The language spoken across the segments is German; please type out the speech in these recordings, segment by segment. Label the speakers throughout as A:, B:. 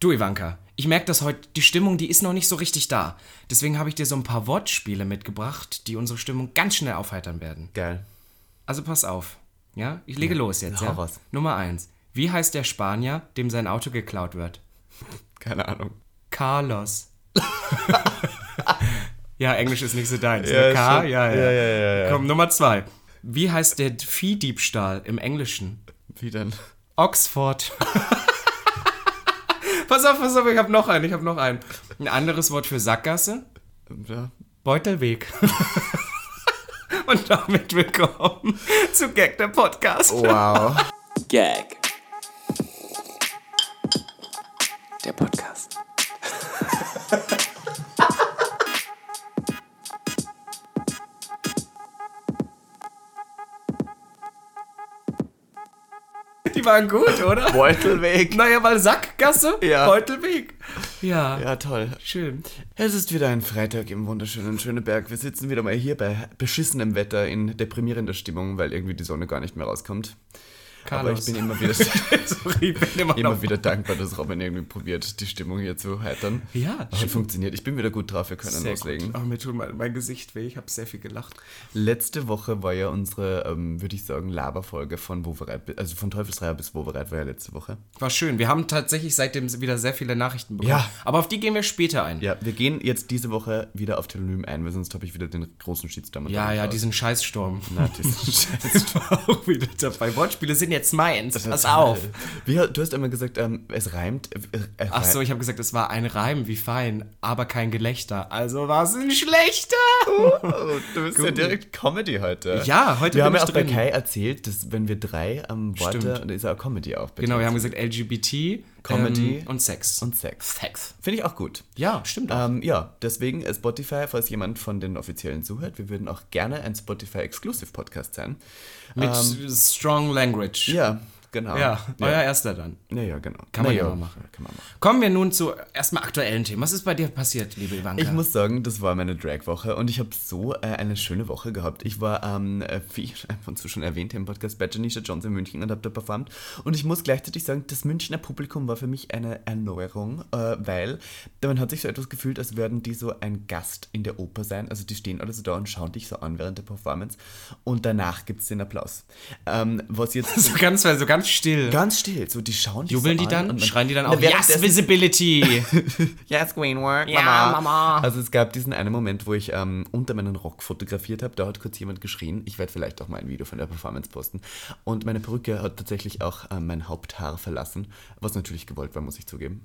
A: Du, Ivanka, ich merke, dass heute die Stimmung, die ist noch nicht so richtig da. Deswegen habe ich dir so ein paar Wortspiele mitgebracht, die unsere Stimmung ganz schnell aufheitern werden.
B: Geil.
A: Also pass auf. Ja, ich lege los jetzt.
B: hau
A: Ja?
B: raus.
A: Nummer 1. Wie heißt der Spanier, dem sein Auto geklaut wird?
B: Keine Ahnung.
A: Carlos. Ja, Englisch ist nicht so deins.
B: Ja,
A: Ne? K?
B: schon.
A: Ja.
B: Ja.
A: Komm, Nummer 2. Wie heißt der Viehdiebstahl im Englischen?
B: Wie denn?
A: Oxford. Pass auf, ich hab noch einen. Ein anderes Wort für Sackgasse?
B: Ja.
A: Beutelweg. Und damit willkommen zu Gag, der Podcast.
B: Wow.
A: Gag. Der Podcast. Die waren gut, oder?
B: Beutelweg.
A: Naja, weil Sackgasse,
B: Ja.
A: Beutelweg. Ja,
B: Ja, toll.
A: schön.
B: Es ist wieder ein Freitag im wunderschönen Schöneberg. Wir sitzen wieder mal hier bei beschissenem Wetter in deprimierender Stimmung, weil irgendwie die Sonne gar nicht mehr rauskommt. Aber
A: Carlos.
B: ich bin immer wieder,
A: Sorry, ich bin
B: immer wieder dankbar, dass Robin irgendwie probiert, die Stimmung hier zu heitern.
A: Ja,
B: Aber
A: schön.
B: es funktioniert. Ich bin wieder gut drauf, wir können
A: Sehr
B: loslegen.
A: gut. Oh, mir tut mein Gesicht weh, ich habe sehr viel gelacht.
B: Letzte Woche war ja unsere, würde ich sagen, Laberfolge von Wovereit, also von Teufelsreiher bis Wovereit war ja letzte Woche.
A: War schön. Wir haben tatsächlich seitdem wieder sehr viele Nachrichten bekommen.
B: Ja.
A: Aber auf die gehen wir später ein.
B: Ja, wir gehen jetzt diese Woche wieder auf Telonym ein, weil sonst habe ich wieder den großen Shitstorm.
A: Ja, diesen Scheißsturm.
B: Na, diesen Scheiß.
A: war auch wieder dabei. Wortspiele sind jetzt meins. Pass auf.
B: Du hast einmal gesagt, es reimt.
A: Ach so, ich habe gesagt, es war ein Reim, wie fein, aber kein Gelächter. Also war es ein schlechter.
B: Oh, du bist ja direkt Comedy heute.
A: Ja, heute
B: Wir
A: bin
B: haben ja
A: ich
B: auch bei
A: drin.
B: Kai erzählt, dass wenn wir 3 Worte,
A: Stimmt.
B: da ist ja auch Comedy auch.
A: Genau, wir haben gesagt LGBT,
B: Comedy
A: und Sex.
B: und Sex.
A: Sex.
B: Finde ich auch gut.
A: Ja, stimmt auch.
B: Ja, deswegen Spotify, falls jemand von den Offiziellen zuhört, wir würden auch gerne ein Spotify-Exclusive-Podcast sein.
A: Mit Strong Language.
B: Ja, genau.
A: Ja, euer erster dann.
B: Ja, genau.
A: Kann man
B: Na
A: ja
B: ja
A: mal machen.
B: Kann man machen.
A: Kommen wir nun zu erstmal aktuellen Themen. Was ist bei dir passiert, liebe Ivanka?
B: Ich muss sagen, das war meine Drag-Woche und ich habe so eine schöne Woche gehabt. Ich war, wie ich ab und zu schon erwähnt im Podcast, bei Janisha Jones in München und habe da performt. Und ich muss gleichzeitig sagen, das Münchner Publikum war für mich eine Erneuerung, weil man hat sich so etwas gefühlt, als würden die so ein Gast in der Oper sein. Also die stehen alle so da und schauen dich so an während der Performance und danach gibt es den Applaus. Was jetzt...
A: so ganz still.
B: Ganz still, so die schauen dich
A: Jubeln
B: so
A: die dann?
B: an und man-
A: Schreien die dann
B: Na,
A: auch, yes,
B: währenddessen-
A: Visibility!
B: Yes, Queen Work,
A: Ja,
B: Mama.
A: Mama.
B: Also es gab diesen einen Moment, wo ich unter meinen Rock fotografiert habe. Da hat kurz jemand geschrien. Ich werde vielleicht auch mal ein Video von der Performance posten. Und meine Perücke hat tatsächlich auch mein Haupthaar verlassen. Was natürlich gewollt war, muss ich zugeben.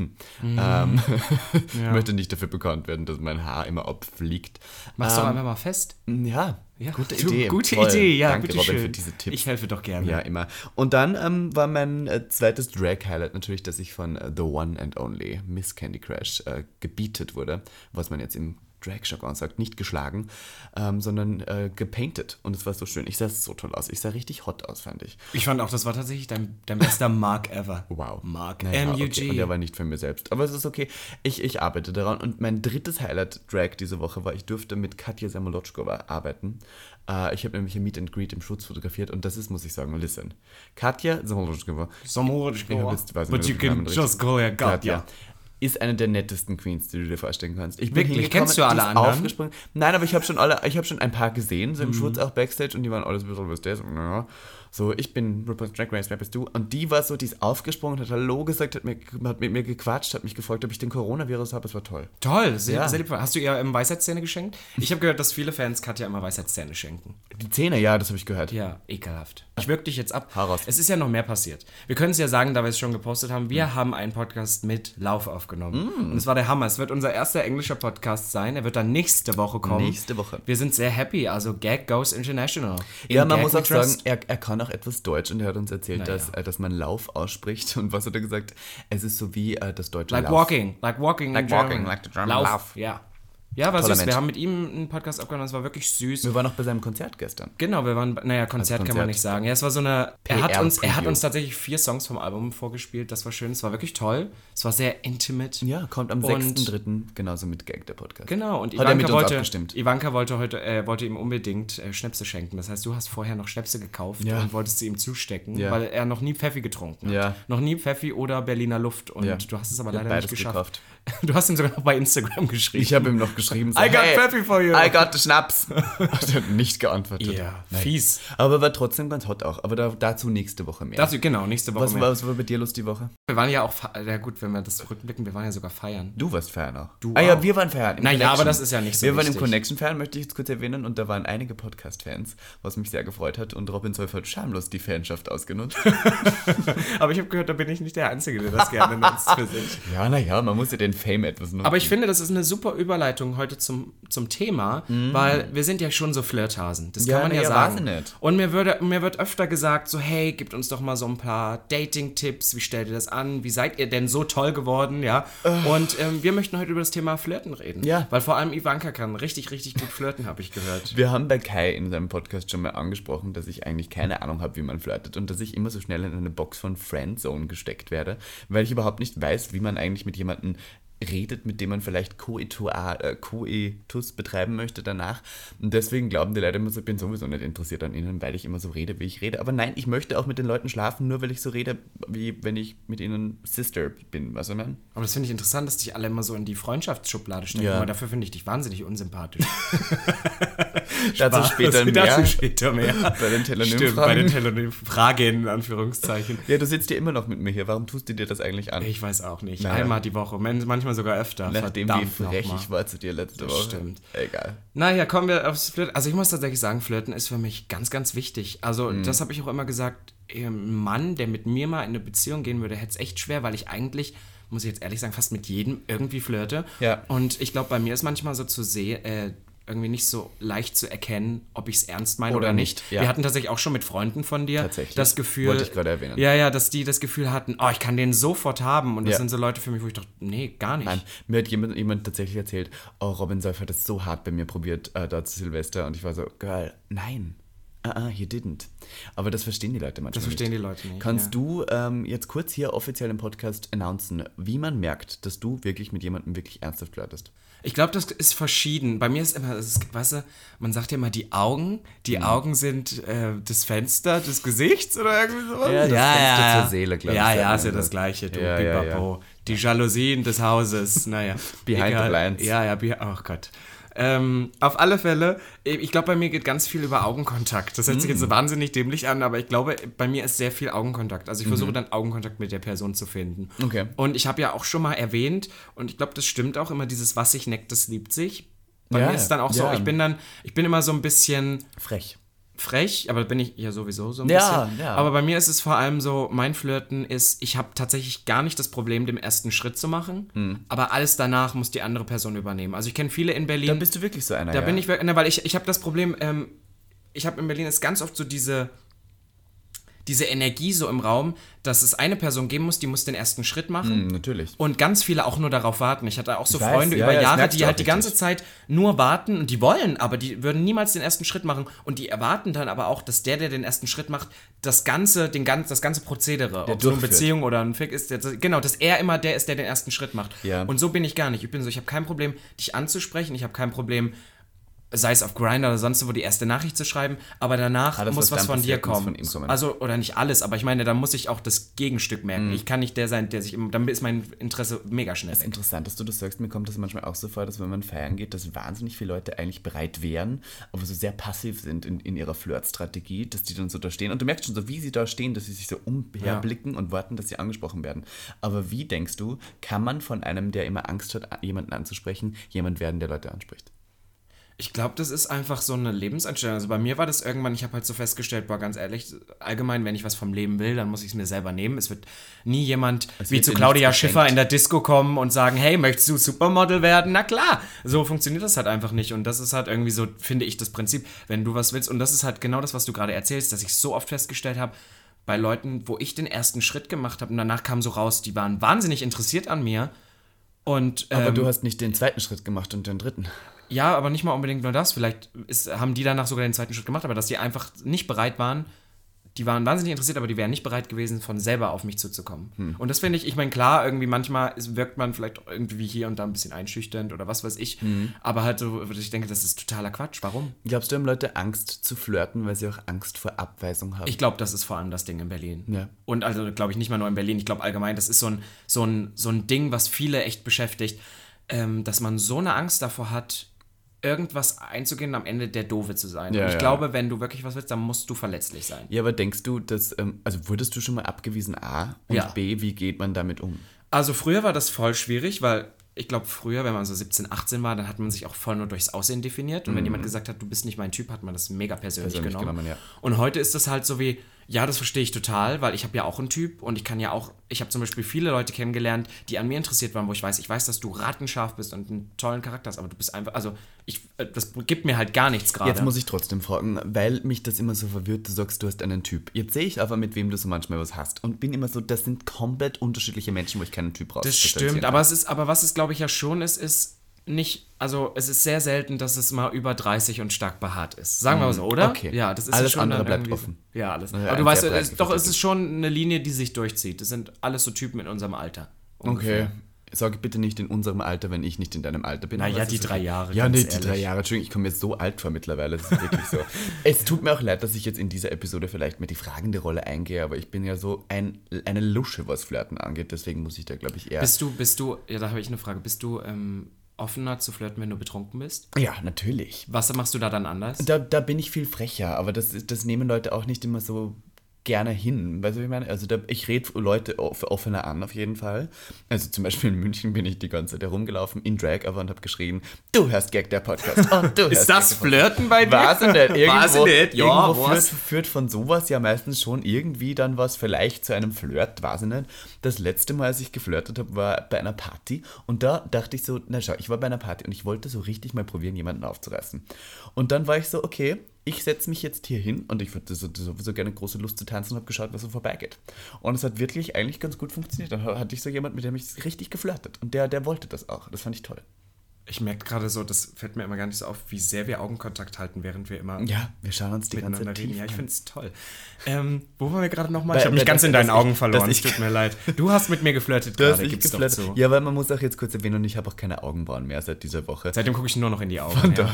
B: Ich möchte nicht dafür bekannt werden, dass mein Haar immer abfliegt.
A: Mach's doch einfach mal fest.
B: Ja, gute
A: du,
B: Idee.
A: Gute
B: Toll.
A: Idee, ja,
B: Danke,
A: bitte
B: Robin,
A: schön.
B: für diese Tipps.
A: Ich helfe doch gerne.
B: Ja, immer. Und dann war mein zweites Drag-Highlight natürlich, dass ich von The One and Only Miss Candy Crush gebietet wurde, was man jetzt im Drag-Jargon sagt, nicht geschlagen, sondern gepainted. Und es war so schön. Ich sah so toll aus. Ich sah richtig hot aus, fand ich.
A: Ich fand auch, das war tatsächlich dein bester Mark ever.
B: Wow.
A: Mark.
B: Naja,
A: M-U-G.
B: okay. Und der war nicht für mir selbst. Aber es ist okay. Ich arbeite daran. Und mein drittes Highlight-Drag diese Woche war, ich durfte mit Katja Samolotschkova arbeiten. Ich habe nämlich ein Meet and Greet im Schutz fotografiert. Und das ist, muss ich sagen, listen. Katja Samolotschkova.
A: But you can just go here, God, ja.
B: Ist eine der nettesten Queens, die du dir vorstellen kannst. Ich bin
A: Wirklich?
B: hingekommen,
A: Kennst du alle
B: die ist
A: anderen?
B: Aufgesprungen. Nein, aber ich habe schon ein paar gesehen, so im Schutz auch Backstage und die waren alles ein bisschen, was ist das? Ja. So, ich bin RuPaul's Drag Race, wer bist du? Und die war so, die ist aufgesprungen, hat Hallo gesagt, hat mit mir gequatscht, hat mich gefragt, ob ich den Coronavirus habe. Es war toll.
A: Toll, sehr,
B: Ja.
A: sehr lieb. Hast du ihr Weisheitszähne geschenkt? Ich habe gehört, dass viele Fans Katja immer Weisheitszähne schenken.
B: Die Zähne, ja, das habe ich gehört.
A: Ja, ekelhaft. Ich wirke dich jetzt ab.
B: Hau raus.
A: Es ist ja noch mehr passiert. Wir können es ja sagen, da wir es schon gepostet haben, wir haben einen Podcast mit Lauf aufgenommen. Und es war der Hammer. Es wird unser erster englischer Podcast sein. Er wird dann nächste Woche kommen.
B: Nächste Woche.
A: Wir sind sehr happy. Also Gag goes international.
B: Ja,
A: In
B: man
A: Gag
B: muss
A: we
B: auch sagen,
A: trust.
B: er kann auch etwas Deutsch und er hat uns erzählt, dass man Lauf ausspricht. Und was hat er gesagt? Es ist so wie das deutsche
A: Like
B: Lauf.
A: walking in
B: walking,
A: German.
B: like the German
A: Lauf.
B: Lauf.
A: Ja. Ja, war
B: Toller
A: süß.
B: Mensch.
A: Wir haben mit ihm einen Podcast aufgenommen, das war wirklich süß.
B: Wir waren noch bei seinem Konzert gestern.
A: Genau, wir waren, Konzert kann man nicht sagen. Ja, es war so eine, er hat uns tatsächlich 4 Songs vom Album vorgespielt, das war schön, es war wirklich toll. Es war sehr intimate.
B: Ja, kommt am 6.3. genauso mit Gag, der Podcast.
A: Genau, und
B: Hat er mit uns abgestimmt.
A: Ivanka wollte ihm unbedingt Schnäpse schenken. Das heißt, du hast vorher noch Schnäpse gekauft und wolltest sie ihm zustecken, weil er noch nie Pfeffi getrunken hat.
B: Ja.
A: Noch nie Pfeffi oder Berliner Luft und du hast es aber leider nicht geschafft.
B: Gekauft.
A: Du hast ihm sogar noch bei Instagram geschrieben.
B: Ich habe ihm noch geschrieben, so,
A: I got Pfeffi for you.
B: I got the Schnaps. Er hat nicht geantwortet.
A: Ja, fies.
B: Aber war trotzdem ganz hot auch. Aber dazu nächste Woche mehr.
A: Nächste Woche mehr.
B: Was war bei dir los die Woche?
A: Wir waren ja auch, ja gut, wenn wir das rückblicken, wir waren ja sogar feiern.
B: Du warst feiern auch.
A: Du
B: ja,
A: auch.
B: wir waren feiern.
A: Naja, aber das ist ja nicht so
B: Wir waren
A: wichtig.
B: im Connection feiern, möchte ich jetzt kurz erwähnen. Und da waren einige Podcast-Fans, was mich sehr gefreut hat. Und Robin Solf hat schamlos die Fanschaft ausgenutzt.
A: Aber ich habe gehört, da bin ich nicht der Einzige, der das gerne nutzt für sich.
B: Ja, naja, man muss ja den Fame etwas nutzen.
A: Aber ich finde, das ist eine super Überleitung heute zum Thema, weil wir sind ja schon so Flirthasen. Das kann man ja sagen.
B: Nicht.
A: Und mir wird öfter gesagt, so hey, gebt uns doch mal so ein paar Dating-Tipps, wie stellt ihr das an, wie seid ihr denn so toll geworden, ja? Und wir möchten heute über das Thema Flirten reden.
B: Ja.
A: Weil vor allem Ivanka kann richtig, richtig gut flirten, habe ich gehört.
B: Wir haben bei Kai in seinem Podcast schon mal angesprochen, dass ich eigentlich keine Ahnung habe, wie man flirtet und dass ich immer so schnell in eine Box von Friendzone gesteckt werde, weil ich überhaupt nicht weiß, wie man eigentlich mit jemandem redet, mit dem man vielleicht Koitus betreiben möchte danach. Und deswegen glauben die Leute immer so, ich bin sowieso nicht interessiert an ihnen, weil ich immer so rede, wie ich rede. Aber nein, ich möchte auch mit den Leuten schlafen, nur weil ich so rede, wie wenn ich mit ihnen Sister bin. Was soll man?
A: Aber das finde ich interessant, dass dich alle immer so in die Freundschaftsschublade stecken.
B: Ja.
A: Aber dafür finde ich dich wahnsinnig unsympathisch.
B: Dazu später mehr.
A: Dazu später mehr.
B: Bei den Telonym-Fragen.
A: Stimmt, bei den Telonym-Fragen, in Anführungszeichen.
B: Ja, du sitzt ja immer noch mit mir hier. Warum tust du dir das eigentlich an?
A: Ich weiß auch nicht.
B: Naja.
A: Einmal die Woche, manchmal sogar öfter.
B: Nachdem wie frech ich war zu dir letzte Woche.
A: Stimmt.
B: Egal.
A: Naja, kommen wir aufs Flirten. Also ich muss tatsächlich sagen, Flirten ist für mich ganz, ganz wichtig. Also das habe ich auch immer gesagt, ein Mann, der mit mir mal in eine Beziehung gehen würde, hätte es echt schwer, weil ich eigentlich, muss ich jetzt ehrlich sagen, fast mit jedem irgendwie flirte.
B: Ja.
A: Und ich glaube, bei mir ist manchmal so zu sehen, irgendwie nicht so leicht zu erkennen, ob ich es ernst meine oder nicht.
B: Ja.
A: Wir hatten tatsächlich auch schon mit Freunden von dir das Gefühl,
B: wollte ich gerade erwähnen.
A: Ja, dass die das Gefühl hatten, oh, ich kann den sofort haben. Und das sind so Leute für mich, wo ich dachte, nee, gar nicht.
B: Nein, mir hat jemand tatsächlich erzählt, oh, Robin Solf hat das so hart bei mir probiert, da zu Silvester. Und ich war so, Girl, nein. You didn't. Aber das verstehen die Leute manchmal nicht.
A: Die Leute nicht.
B: Kannst du jetzt kurz hier offiziell im Podcast announcen, wie man merkt, dass du wirklich mit jemandem wirklich ernsthaft flirtest?
A: Ich glaube, das ist verschieden. Bei mir ist immer, weißt du, man sagt ja immer die Augen. Die Augen sind das Fenster des Gesichts oder irgendwie sowas.
B: Ja, das Fenster zur Seele, glaube ich.
A: Ja, ist ja das Gleiche. Du,
B: Ja.
A: Die Jalousien des Hauses, naja.
B: Behind the blinds.
A: Ja, oh Gott. Auf alle Fälle, ich glaube, bei mir geht ganz viel über Augenkontakt. Das hört sich jetzt so wahnsinnig dämlich an, aber ich glaube, bei mir ist sehr viel Augenkontakt. Also ich versuche dann Augenkontakt mit der Person zu finden.
B: Okay.
A: Und ich habe ja auch schon mal erwähnt, und ich glaube, das stimmt auch immer, dieses was sich neckt, das liebt sich. Bei mir ist es dann auch so, ich bin immer so ein bisschen frech, aber bin ich ja sowieso so ein bisschen.
B: Ja.
A: Aber bei mir ist es vor allem so, mein Flirten ist, ich habe tatsächlich gar nicht das Problem, den ersten Schritt zu machen, aber alles danach muss die andere Person übernehmen. Also ich kenne viele in Berlin.
B: Da bist du wirklich so einer,
A: bin ich wirklich, weil ich habe das Problem, ich habe in Berlin ist ganz oft so diese Energie so im Raum, dass es eine Person geben muss, die muss den ersten Schritt machen.
B: Natürlich.
A: Und ganz viele auch nur darauf warten. Ich hatte auch so
B: Ich weiß,
A: Freunde
B: ja,
A: über
B: das
A: Jahre,
B: merkst
A: die
B: du
A: halt
B: auch
A: die ganze Zeit nur warten und die wollen, aber die würden niemals den ersten Schritt machen. Und die erwarten dann aber auch, dass der den ersten Schritt macht, das ganze Prozedere, ob so eine Beziehung oder ein Fick ist, dass er immer der ist, der den ersten Schritt macht.
B: Ja.
A: Und so bin ich gar nicht. Ich bin so, ich habe kein Problem, dich anzusprechen, ich habe kein Problem, sei es auf Grindr oder sonst wo, die erste Nachricht zu schreiben, aber danach muss was von dir kommen.
B: Von ihm kommen.
A: Also, oder nicht alles, aber ich meine, da muss ich auch das Gegenstück merken. Ich kann nicht der sein, der sich dann ist mein Interesse mega schnell weg.
B: Interessant, dass du das sagst. Mir kommt das manchmal auch so vor, dass wenn man feiern geht, dass wahnsinnig viele Leute eigentlich bereit wären, aber so sehr passiv sind in ihrer Flirtstrategie, dass die dann so da stehen. Und du merkst schon so, wie sie da stehen, dass sie sich so umherblicken und warten, dass sie angesprochen werden. Aber wie denkst du, kann man von einem, der immer Angst hat, jemanden anzusprechen, jemand werden, der Leute anspricht?
A: Ich glaube, das ist einfach so eine Lebenseinstellung. Also bei mir war das irgendwann, ich habe halt so festgestellt, ganz ehrlich, allgemein, wenn ich was vom Leben will, dann muss ich es mir selber nehmen. Es wird nie jemand wie zu Claudia Schiffer in der Disco kommen und sagen, hey, möchtest du Supermodel werden? Na klar, so funktioniert das halt einfach nicht. Und das ist halt irgendwie so, finde ich, das Prinzip, wenn du was willst. Und das ist halt genau das, was du gerade erzählst, dass ich so oft festgestellt habe, bei Leuten, wo ich den ersten Schritt gemacht habe und danach kam so raus, die waren wahnsinnig interessiert an mir.
B: Aber du hast nicht den zweiten Schritt gemacht und den dritten.
A: Ja, aber nicht mal unbedingt nur das. Vielleicht haben die danach sogar den zweiten Schritt gemacht, aber dass die einfach nicht bereit waren. Die waren wahnsinnig interessiert, aber die wären nicht bereit gewesen, von selber auf mich zuzukommen. Und das finde ich meine, klar, irgendwie manchmal wirkt man vielleicht irgendwie hier und da ein bisschen einschüchternd oder was weiß ich. Aber halt so, ich denke, das ist totaler Quatsch. Warum?
B: Glaubst du, haben Leute Angst zu flirten, weil sie auch Angst vor Abweisung haben?
A: Ich glaube, das ist vor allem das Ding in Berlin.
B: Ja.
A: Und also, glaube ich, nicht mal nur in Berlin. Ich glaube allgemein, das ist so ein Ding, was viele echt beschäftigt, dass man so eine Angst davor hat, irgendwas einzugehen und am Ende der Doofe zu sein.
B: Ja,
A: und ich glaube, wenn du wirklich was willst, dann musst du verletzlich sein.
B: Ja, aber denkst du, dass, also wurdest du schon mal abgewiesen, A? Und B, wie geht man damit um?
A: Also früher war das voll schwierig, weil ich glaube, früher, wenn man so 17, 18 war, dann hat man sich auch voll nur durchs Aussehen definiert. Und wenn jemand gesagt hat, du bist nicht mein Typ, hat man das mega persönlich genommen.
B: Ja.
A: Und heute ist das halt so wie, ja, das verstehe ich total, weil ich habe ja auch einen Typ und ich habe zum Beispiel viele Leute kennengelernt, die an mir interessiert waren, wo ich weiß, dass du rattenscharf bist und einen tollen Charakter hast, aber du bist einfach, das gibt mir halt gar nichts gerade.
B: Jetzt muss ich trotzdem fragen, weil mich das immer so verwirrt, du sagst, du hast einen Typ. Jetzt sehe ich aber, mit wem du so manchmal was hast und bin immer so, das sind komplett unterschiedliche Menschen, wo ich keinen Typ raus.
A: Das stimmt, aber was es, glaube ich, ja schon ist nicht, also es ist sehr selten, dass es mal über 30 und stark behaart ist. Sagen wir mal so, oder?
B: Okay.
A: Ja, das ist
B: alles
A: schon
B: andere bleibt offen.
A: Ja, alles.
B: Ja,
A: aber du weißt, es ist schon eine Linie, die sich durchzieht. Das sind alles so Typen in unserem Alter. Ungefähr.
B: Okay. Sag bitte nicht in unserem Alter, wenn ich nicht in deinem Alter bin.
A: Naja, die 3 Jahre.
B: Ja, nee, die 3 Jahre. Entschuldigung, ich komme mir so alt vor mittlerweile. Das ist wirklich so. Es tut mir auch leid, dass ich jetzt in dieser Episode vielleicht mit die fragende Rolle eingehe, aber ich bin ja so eine Lusche, was Flirten angeht. Deswegen muss ich da, glaube ich, eher...
A: Bist du, ja, da habe ich eine Frage. Bist du offener zu flirten, wenn du betrunken bist?
B: Ja, natürlich.
A: Was machst du da dann anders?
B: Da bin ich viel frecher, aber das nehmen Leute auch nicht immer so gerne hin. Weißt du, was ich meine? Also ich rede Leute offener an, auf jeden Fall. Also zum Beispiel in München bin ich die ganze Zeit herumgelaufen, in Drag, aber und habe geschrien, du hörst Gag, der Podcast. Und du
A: ist das Flirten bei dir?
B: Weiß ich nicht.
A: Irgendwo
B: führt von sowas ja meistens schon irgendwie dann was vielleicht zu einem Flirt, weiß ich nicht. Das letzte Mal, als ich geflirtet habe, war bei einer Party und da dachte ich so, na schau, ich war bei einer Party und ich wollte so richtig mal probieren, jemanden aufzureißen. Und dann war ich so, okay, ich setze mich jetzt hier hin und ich hatte sowieso gerne große Lust zu tanzen und habe geschaut, was so vorbeigeht. Und es hat wirklich eigentlich ganz gut funktioniert. Dann hatte ich so jemanden, mit dem ich richtig geflirtet. Und der wollte das auch. Das fand ich toll.
A: Ich merke gerade so, das fällt mir immer gar nicht so auf, wie sehr wir Augenkontakt halten, während wir immer...
B: Ja, wir schauen uns die ganze Zeit
A: reden. Ja, ich finde es toll. Wo waren wir gerade nochmal? Ich habe mich ganz in deinen Augen verloren. Es tut mir leid. Du hast mit mir geflirtet gerade, gibt's doch zu.
B: Ja, weil man muss auch jetzt kurz erwähnen, und ich habe auch keine Augenbrauen mehr seit dieser Woche.
A: Seitdem gucke ich nur noch in die Augen.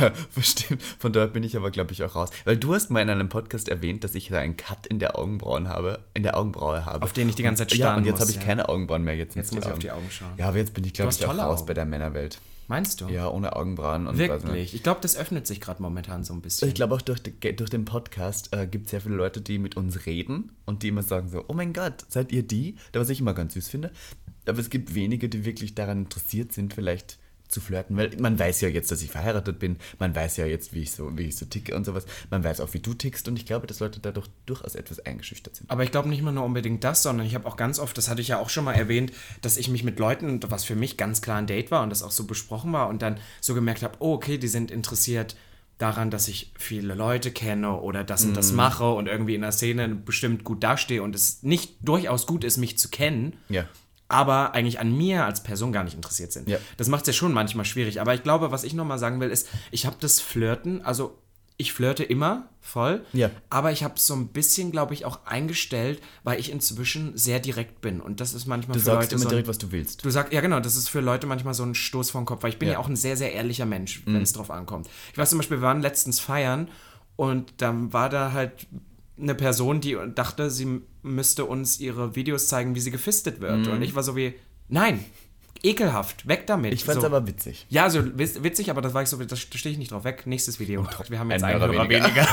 B: Von daher bin ich aber, glaube ich, auch raus. Weil du hast mal in einem Podcast erwähnt, dass ich da einen Cut in der Augenbraue habe.
A: Auf den ich die ganze Zeit starren
B: muss. Ja, und jetzt habe ich keine Augenbrauen mehr. Jetzt
A: muss ich auf die Augen schauen.
B: Ja, aber jetzt bin ich, glaube ich, auch raus bei der Männerwelt.
A: Meinst du?
B: Ja, ohne Augenbrauen. Und
A: wirklich? Ich glaube, das öffnet sich gerade momentan so ein bisschen.
B: Ich glaube auch durch den Podcast gibt es sehr viele Leute, die mit uns reden und die immer sagen so, oh mein Gott, seid ihr die? Was ich immer ganz süß finde. Aber es gibt wenige, die wirklich daran interessiert sind, vielleicht zu flirten, weil man weiß ja jetzt, dass ich verheiratet bin, man weiß ja jetzt, wie ich so ticke und sowas, man weiß auch, wie du tickst und ich glaube, dass Leute dadurch durchaus etwas eingeschüchtert sind.
A: Aber ich glaube nicht mal nur unbedingt das, sondern ich habe auch ganz oft, das hatte ich ja auch schon mal erwähnt, dass ich mich mit Leuten, was für mich ganz klar ein Date war und das auch so besprochen war und dann so gemerkt habe, oh okay, die sind interessiert daran, dass ich viele Leute kenne oder das und das mache und irgendwie in der Szene bestimmt gut dastehe und es nicht durchaus gut ist, mich zu kennen.
B: Ja.
A: Aber eigentlich an mir als Person gar nicht interessiert sind.
B: Ja.
A: Das macht es ja schon manchmal schwierig. Aber ich glaube, was ich nochmal sagen will, ist, ich habe das Flirten, also ich flirte immer voll, aber ich habe es so ein bisschen, glaube ich, auch eingestellt, weil ich inzwischen sehr direkt bin. Und das ist manchmal für Leute so... Du
B: sagst immer direkt, was du willst.
A: Ja genau, das ist für Leute manchmal so ein Stoß vor den Kopf, weil ich bin ja auch ein sehr, sehr ehrlicher Mensch, wenn es drauf ankommt. Ich weiß zum Beispiel, wir waren letztens feiern und dann war da halt eine Person, die dachte, sie müsste uns ihre Videos zeigen, wie sie gefistet wird. Und ich war so wie, nein, ekelhaft, weg damit.
B: Ich fand's aber witzig.
A: Ja, also witzig, aber das war ich so, da stehe ich nicht drauf, weg, nächstes Video. Wir haben jetzt einen Hörer weniger.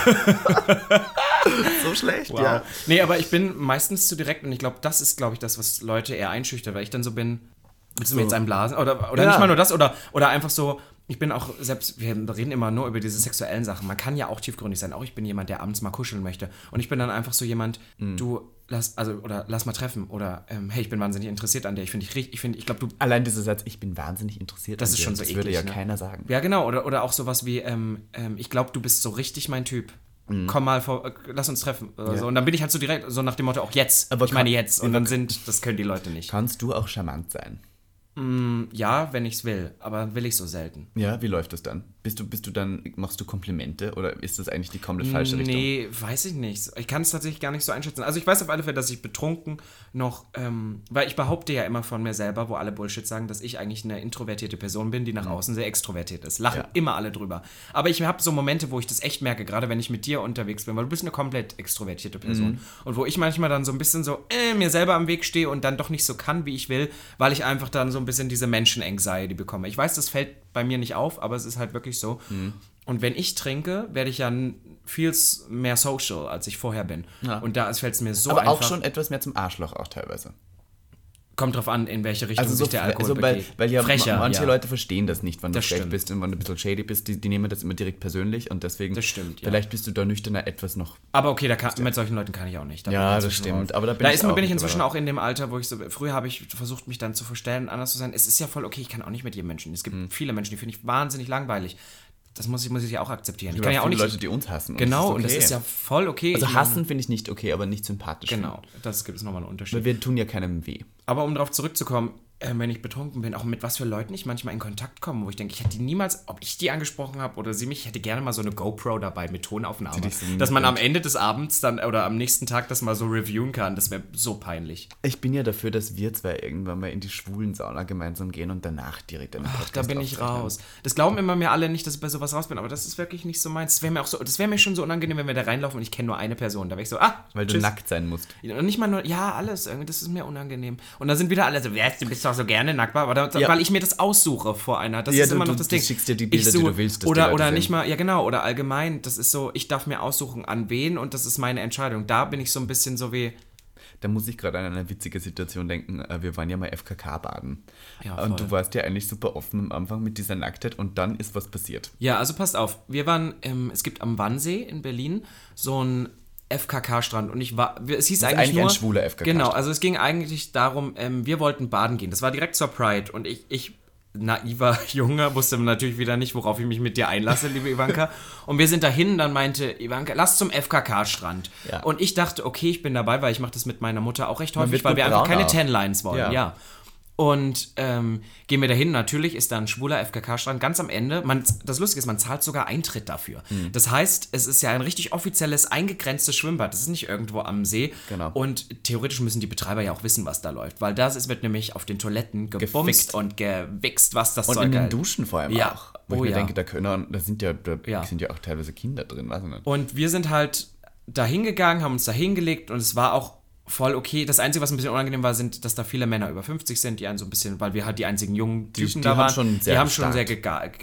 B: So schlecht,
A: wow. Ja. Nee, aber ich bin meistens zu direkt und ich glaube, das ist, das, was Leute eher einschüchtert, weil ich dann so bin, willst du mir jetzt einen blasen? Oder nicht mal nur das, oder einfach so, ich bin auch, selbst, wir reden immer nur über diese sexuellen Sachen, man kann ja auch tiefgründig sein, auch ich bin jemand, der abends mal kuscheln möchte und ich bin dann einfach so jemand, lass mal treffen oder hey, ich bin wahnsinnig interessiert an dir, ich glaube, du...
B: Allein dieser Satz, ich bin wahnsinnig interessiert
A: an dir, das ist schon so
B: das
A: eklig,
B: würde ja keiner sagen.
A: Ja, genau, oder auch sowas wie, ich glaube, du bist so richtig mein Typ. Komm mal vor, lass uns treffen. So. Und dann bin ich halt so direkt, so nach dem Motto, auch jetzt. Aber ich meine jetzt. Und dann das können die Leute nicht.
B: Kannst du auch charmant sein?
A: Ja, wenn ich's will, aber will ich so selten.
B: Ja, wie läuft das dann? Machst du Komplimente oder ist das eigentlich die komplett falsche Richtung?
A: Nee, weiß ich nicht. Ich kann es tatsächlich gar nicht so einschätzen. Also ich weiß auf alle Fälle, dass ich betrunken noch, weil ich behaupte ja immer von mir selber, wo alle Bullshit sagen, dass ich eigentlich eine introvertierte Person bin, die nach außen sehr extrovertiert ist. Lachen immer alle drüber. Aber ich habe so Momente, wo ich das echt merke, gerade wenn ich mit dir unterwegs bin, weil du bist eine komplett extrovertierte Person. Und wo ich manchmal dann so ein bisschen so mir selber am Weg stehe und dann doch nicht so kann, wie ich will, weil ich einfach dann so ein bisschen diese Menschen-Anxiety bekomme. Ich weiß, das fällt bei mir nicht auf, aber es ist halt wirklich so. Und wenn ich trinke, werde ich ja viel mehr social, als ich vorher bin. Ja. Und da fällt es mir so einfach.
B: Aber auch schon etwas mehr zum Arschloch auch teilweise.
A: Kommt drauf an, in welche Richtung
B: also
A: sich der Alkohol begeht.
B: Weil ja Frecher, manche Leute verstehen das nicht, wann du schlecht bist und wann du ein bisschen shady bist. Die nehmen das immer direkt persönlich und deswegen,
A: das stimmt,
B: vielleicht bist du da nüchterner etwas noch.
A: Aber okay, mit solchen Leuten kann ich auch nicht.
B: Ja, das stimmt. Aber
A: bin ich inzwischen auch in dem Alter, wo ich so, früher habe ich versucht, mich dann zu verstellen, anders zu sein. Es ist ja voll okay, ich kann auch nicht mit jedem Menschen. Es gibt viele Menschen, die finde ich wahnsinnig langweilig. Das muss ich ja auch akzeptieren. Ich kann ja auch nicht
B: Leute, die uns hassen.
A: Genau, und das ist ja voll okay.
B: Also hassen finde ich nicht okay, aber nicht sympathisch.
A: Genau, das gibt es nochmal einen Unterschied.
B: Weil wir tun ja keinem weh.
A: Aber um darauf zurückzukommen, wenn ich betrunken bin, auch mit was für Leuten ich manchmal in Kontakt komme, wo ich denke, ich hätte die niemals, ob ich die angesprochen habe oder sie mich, ich hätte gerne mal so eine GoPro dabei mit Tonaufnahme, dass man am Ende des Abends dann oder am nächsten Tag das mal so reviewen kann. Das wäre so peinlich.
B: Ich bin ja dafür, dass wir zwei irgendwann mal in die schwulen Sauna gemeinsam gehen und danach direkt einen Podcast
A: da bin ich raus. Das glauben immer mir alle nicht, dass ich bei sowas raus bin, aber das ist wirklich nicht so meins. Das wäre mir schon so unangenehm, wenn wir da reinlaufen und ich kenne nur eine Person. Da wäre ich so,
B: weil tschüss. Du nackt sein musst.
A: Und nicht mal nur, alles irgendwie, das ist mir unangenehm. Und dann sind wieder alle so, du bist doch so gerne nackt, weil ich mir das aussuche vor einer. Das ist immer noch das Ding.
B: Du schickst dir die Bilder, die du willst.
A: Oder nicht mal, ja genau, oder allgemein, das ist so, ich darf mir aussuchen, an wen und das ist meine Entscheidung. Da bin ich so ein bisschen so wie...
B: Da muss ich gerade an eine witzige Situation denken. Wir waren ja mal FKK baden.
A: Ja,
B: und du warst ja eigentlich super offen am Anfang mit dieser Nacktheit und dann ist was passiert.
A: Ja, also passt auf. Wir waren, es gibt am Wannsee in Berlin so ein FKK-Strand und es hieß eigentlich nur...
B: ein schwuler FKK-Strand.
A: Genau, also es ging eigentlich darum, wir wollten baden gehen. Das war direkt zur Pride und ich naiver Junge, wusste natürlich wieder nicht, worauf ich mich mit dir einlasse, liebe Ivanka. Und wir sind dahin, dann meinte Ivanka, lass zum FKK-Strand. Ja. Und ich dachte, okay, ich bin dabei, weil ich mache das mit meiner Mutter auch recht häufig, weil wir einfach keine Tan-Lines wollen. Ja. Und gehen wir dahin, natürlich ist da ein schwuler FKK-Strand, ganz am Ende, das Lustige ist, man zahlt sogar Eintritt dafür. Das heißt, es ist ja ein richtig offizielles, eingegrenztes Schwimmbad, das ist nicht irgendwo am See.
B: Genau.
A: Und theoretisch müssen die Betreiber ja auch wissen, was da läuft, weil wird nämlich auf den Toiletten gebumst und gewichst, was das
B: soll. Und in den Duschen vor allem
A: ja.
B: auch. Wo ich mir denke, da sind ja auch teilweise Kinder drin, weiß ich nicht.
A: Und wir sind halt da hingegangen, haben uns da hingelegt und es war auch voll okay. Das Einzige, was ein bisschen unangenehm war, sind, dass da viele Männer über 50 sind, die einen so ein bisschen, weil wir halt die einzigen jungen Typen da waren. Die haben schon sehr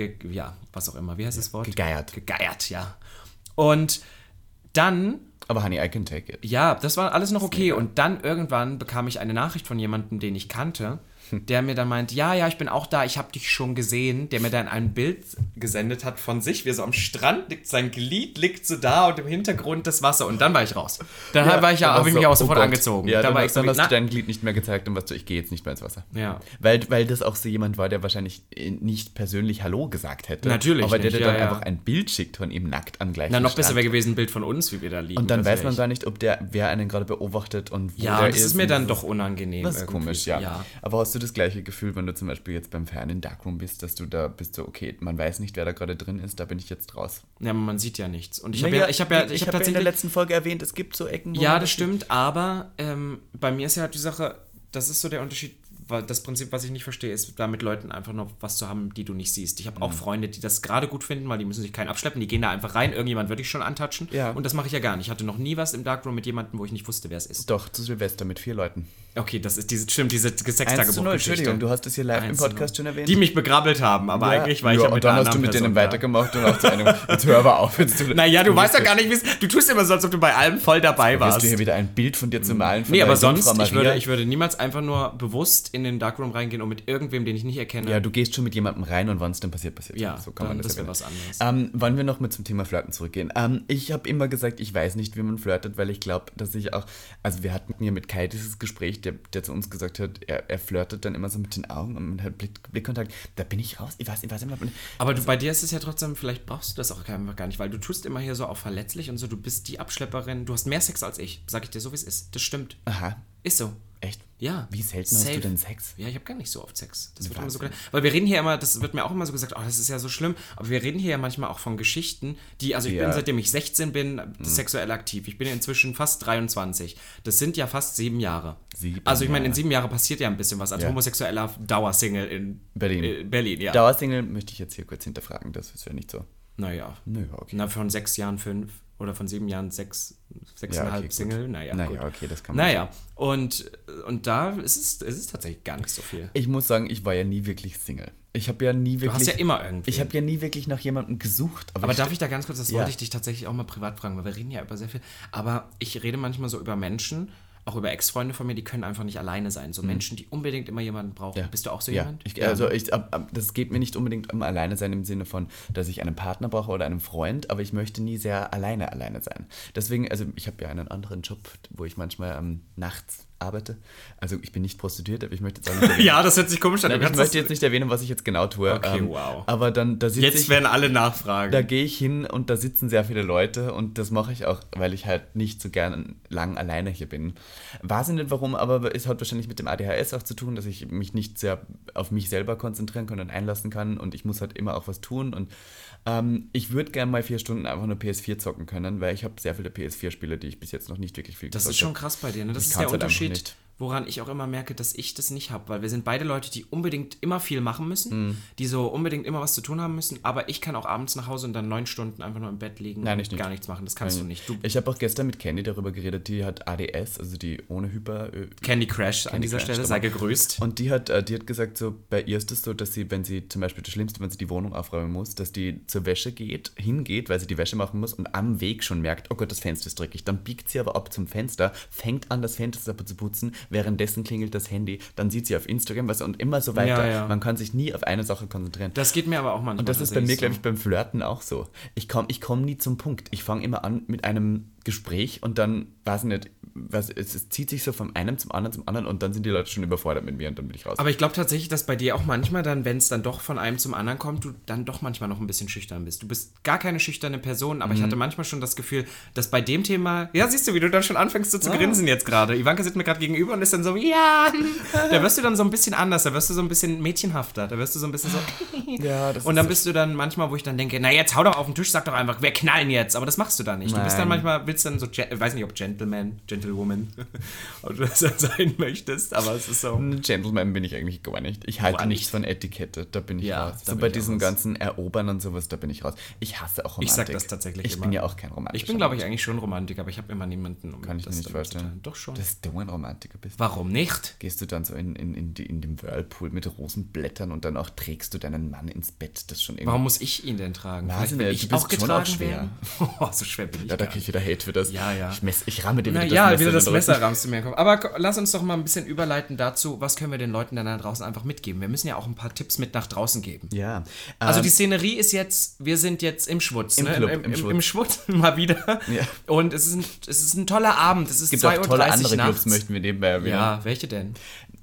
A: was auch immer. Wie heißt das Wort? Gegeiert, ja. Und dann...
B: Aber honey, I can take it.
A: Ja, das war alles noch okay. Und dann irgendwann bekam ich eine Nachricht von jemandem, den ich kannte, der mir dann meint, ja, ich bin auch da, ich habe dich schon gesehen, der mir dann ein Bild gesendet hat von sich, wie er so am Strand liegt, sein Glied liegt so da und im Hintergrund das Wasser und dann war ich raus. Dann habe ich mich auch sofort angezogen.
B: Ja, dann hast du dein Glied nicht mehr gezeigt und ich gehe jetzt nicht mehr ins Wasser.
A: Ja.
B: Weil das auch so jemand war, der wahrscheinlich nicht persönlich Hallo gesagt hätte.
A: Natürlich
B: aber der dann einfach ein Bild schickt von ihm nackt am gleichen Strand.
A: Noch besser wäre gewesen ein Bild von uns, wie wir da liegen.
B: Und dann weiß man gar nicht, ob wer einen gerade beobachtet und wo
A: der ist. Ja, das ist mir dann doch unangenehm.
B: Das ist komisch, ja. Aber hast du das gleiche Gefühl, wenn du zum Beispiel jetzt beim Feiern in Darkroom bist, dass du da bist so, okay, man weiß nicht, wer da gerade drin ist, da bin ich jetzt raus.
A: Ja, man sieht ja nichts. Und ich
B: habe
A: tatsächlich
B: in der letzten Folge erwähnt, es gibt so Ecken.
A: Ja, das stimmt, aber bei mir ist ja halt die Sache, das ist so der Unterschied, weil das Prinzip, was ich nicht verstehe, ist, da mit Leuten einfach noch was zu haben, die du nicht siehst. Ich habe auch Freunde, die das gerade gut finden, weil die müssen sich keinen abschleppen, die gehen da einfach rein, irgendjemand würde ich schon antatschen.
B: Ja.
A: Und das mache ich ja gar nicht. Ich hatte noch nie was im Darkroom mit jemandem, wo ich nicht wusste, wer es ist.
B: Doch, zu Silvester mit 4 Leuten.
A: Okay, das ist diese Sextagebuch-Geschichte.
B: Entschuldigung, du hast es hier live im Podcast schon erwähnt.
A: Die mich begrabbelt haben, aber eigentlich war ich ja mit
B: einer anderen Person. Und dann hast du mit denen weitergemacht und auch zu einem, jetzt hör aber auf.
A: Naja, du weißt ja gar nicht, du tust immer so, als ob du bei allem voll dabei warst.
B: Wirst du hier wieder ein Bild von dir zu malen?
A: Nee, aber sonst, ich würde niemals einfach nur bewusst in den Darkroom reingehen und mit irgendwem, den ich nicht erkenne.
B: Ja, du gehst schon mit jemandem rein und wann es dann passiert.
A: Ja,
B: so kann man
A: das wäre was anderes.
B: Wollen wir noch mal zum Thema Flirten zurückgehen? Ich habe immer gesagt, ich weiß nicht, wie man flirtet, weil ich glaube, dass ich auch, also wir hatten ja mit Kai dieses Gespräch, der zu uns gesagt hat, er flirtet dann immer so mit den Augen und hat Blickkontakt. Da bin ich raus. Ich weiß immer.
A: Aber bei dir ist es ja trotzdem, vielleicht brauchst du das auch einfach gar nicht, weil du tust immer hier so auch verletzlich und so, du bist die Abschlepperin, du hast mehr Sex als ich, sag ich dir so, wie es ist. Das stimmt.
B: Aha.
A: Ist so.
B: Echt?
A: Ja.
B: Wie selten hast du denn Sex?
A: Ja, ich habe gar nicht so oft Sex. Das wird immer so gedacht. Weil wir reden hier immer, das wird mir auch immer so gesagt, oh, das ist ja so schlimm. Aber wir reden hier ja manchmal auch von Geschichten, die, also ich bin, seitdem ich 16 bin, sexuell aktiv. Ich bin inzwischen fast 23. Das sind ja fast 7 Jahre. Also ich meine, in 7 Jahren passiert ja ein bisschen was als homosexueller Dauersingle in Berlin, ja.
B: Dauersingle möchte ich jetzt hier kurz hinterfragen, das ist ja nicht so.
A: Naja. Okay. Na, von 6 Jahren 5 oder von 7 Jahren 6,5 Single. Naja,
B: okay, das kann man.
A: Naja, und da ist es tatsächlich gar nicht so viel.
B: Ich muss sagen, ich war ja nie wirklich Single. Ich habe ja nie wirklich...
A: Du hast ja immer irgendwie.
B: Ich habe ja nie wirklich nach jemandem gesucht.
A: Aber darf ich da ganz kurz, das wollte ich dich tatsächlich auch mal privat fragen, weil wir reden ja über sehr viel. Aber ich rede manchmal so über Menschen, auch über Ex-Freunde von mir, die können einfach nicht alleine sein. So Menschen, die unbedingt immer jemanden brauchen. Ja. Bist du auch so jemand?
B: Das geht mir nicht unbedingt um alleine sein im Sinne von, dass ich einen Partner brauche oder einen Freund, aber ich möchte nie sehr alleine sein. Deswegen, also ich habe ja einen anderen Job, wo ich manchmal nachts arbeite. Also ich bin nicht prostituiert, aber ich möchte jetzt auch nicht
A: ja, das hört sich komisch an.
B: Ich möchte jetzt nicht erwähnen, was ich jetzt genau tue.
A: Okay, wow.
B: Aber dann, da sitze
A: jetzt werden alle nachfragen.
B: Da gehe ich hin und da sitzen sehr viele Leute und das mache ich auch, weil ich halt nicht so gern lang alleine hier bin. Weiß ich nicht warum, aber es hat wahrscheinlich mit dem ADHS auch zu tun, dass ich mich nicht sehr auf mich selber konzentrieren kann und einlassen kann und ich muss halt immer auch was tun und ich würde gerne mal 4 Stunden einfach nur PS4 zocken können, weil ich habe sehr viele PS4-Spiele, die ich bis jetzt noch nicht wirklich viel
A: gezockt habe. Das ist schon krass bei dir, ne? Das ist der Unterschied, woran ich auch immer merke, dass ich das nicht habe, weil wir sind beide Leute, die unbedingt immer viel machen müssen, die so unbedingt immer was zu tun haben müssen, aber ich kann auch abends nach Hause und dann 9 Stunden einfach nur im Bett liegen und gar nichts machen. Das kannst du nicht.
B: Ich habe auch gestern mit Candy darüber geredet, die hat ADS, also die ohne Hyper...
A: Candy Crush an dieser Stelle, sei gegrüßt.
B: Und die hat gesagt, so bei ihr ist es so, dass sie, wenn sie zum Beispiel das Schlimmste, wenn sie die Wohnung aufräumen muss, dass die zur Wäsche hingeht, weil sie die Wäsche machen muss und am Weg schon merkt, oh Gott, das Fenster ist dreckig. Dann biegt sie aber ab zum Fenster, fängt an, das Fenster zu putzen, währenddessen klingelt das Handy, dann sieht sie auf Instagram und immer so weiter. Ja. Man kann sich nie auf eine Sache konzentrieren.
A: Das geht mir aber auch manchmal.
B: Und das ist bei mir, glaube ich, beim Flirten auch so. Ich komm nie zum Punkt. Ich fange immer an mit einem Gespräch und dann, weiß ich nicht, es zieht sich so vom einen zum anderen und dann sind die Leute schon überfordert mit mir und dann bin ich raus.
A: Aber ich glaube tatsächlich, dass bei dir auch manchmal dann, wenn es dann doch von einem zum anderen kommt, du dann doch manchmal noch ein bisschen schüchtern bist. Du bist gar keine schüchterne Person, aber ich hatte manchmal schon das Gefühl, dass bei dem Thema, ja, siehst du, wie du dann schon anfängst so zu grinsen jetzt gerade. Ivanka sitzt mir gerade gegenüber und ist dann so, ja, da wirst du dann so ein bisschen anders, da wirst du so ein bisschen mädchenhafter, da wirst du so ein bisschen so,
B: ja, das
A: und dann bist du dann manchmal, wo ich dann denke, na jetzt hau doch auf den Tisch, sag doch einfach, wir knallen jetzt, aber das machst du dann nicht.
B: Nein.
A: Du bist dann manchmal, willst dann so, weiß nicht, ob Gentlewoman, ob du das sein möchtest, aber es ist so.
B: Ein Gentleman bin ich eigentlich gar nicht. Ich halte nichts von Etikette, da bin ich raus. So bei diesem ganzen Erobern und sowas, da bin ich raus. Ich hasse auch Romantik.
A: Ich sag das tatsächlich
B: immer. Ich bin ja auch kein Romantiker.
A: Ich bin, glaube ich, eigentlich schon Romantiker, aber ich habe immer niemanden.
B: Kann ich mir nicht vorstellen.
A: Doch schon.
B: Dass du ein Romantiker bist.
A: Warum nicht?
B: Gehst du dann so in dem Whirlpool mit Rosenblättern und dann auch trägst du deinen Mann ins Bett, das schon irgendwie...
A: Warum muss ich ihn denn tragen?
B: Weiß nicht, du bist schon auch schwer.
A: So schwer bin ich.
B: Ja, da krieg ich wieder Hate für das.
A: Ja.
B: Ich ramme dir
A: wieder das Messer rammst du mir. Aber lass uns doch mal ein bisschen überleiten dazu, was können wir den Leuten dann da draußen einfach mitgeben? Wir müssen ja auch ein paar Tipps mit nach draußen geben.
B: Ja.
A: Also die Szenerie ist jetzt, wir sind jetzt im Schwutz.
B: Im Club,
A: im Schwutz mal wieder. Ja. Und es ist ein toller Abend. Es ist 2:30 Uhr nachts. Es gibt auch tolle andere Clubs,
B: möchten wir nebenbei erwähnen.
A: Ja, welche denn?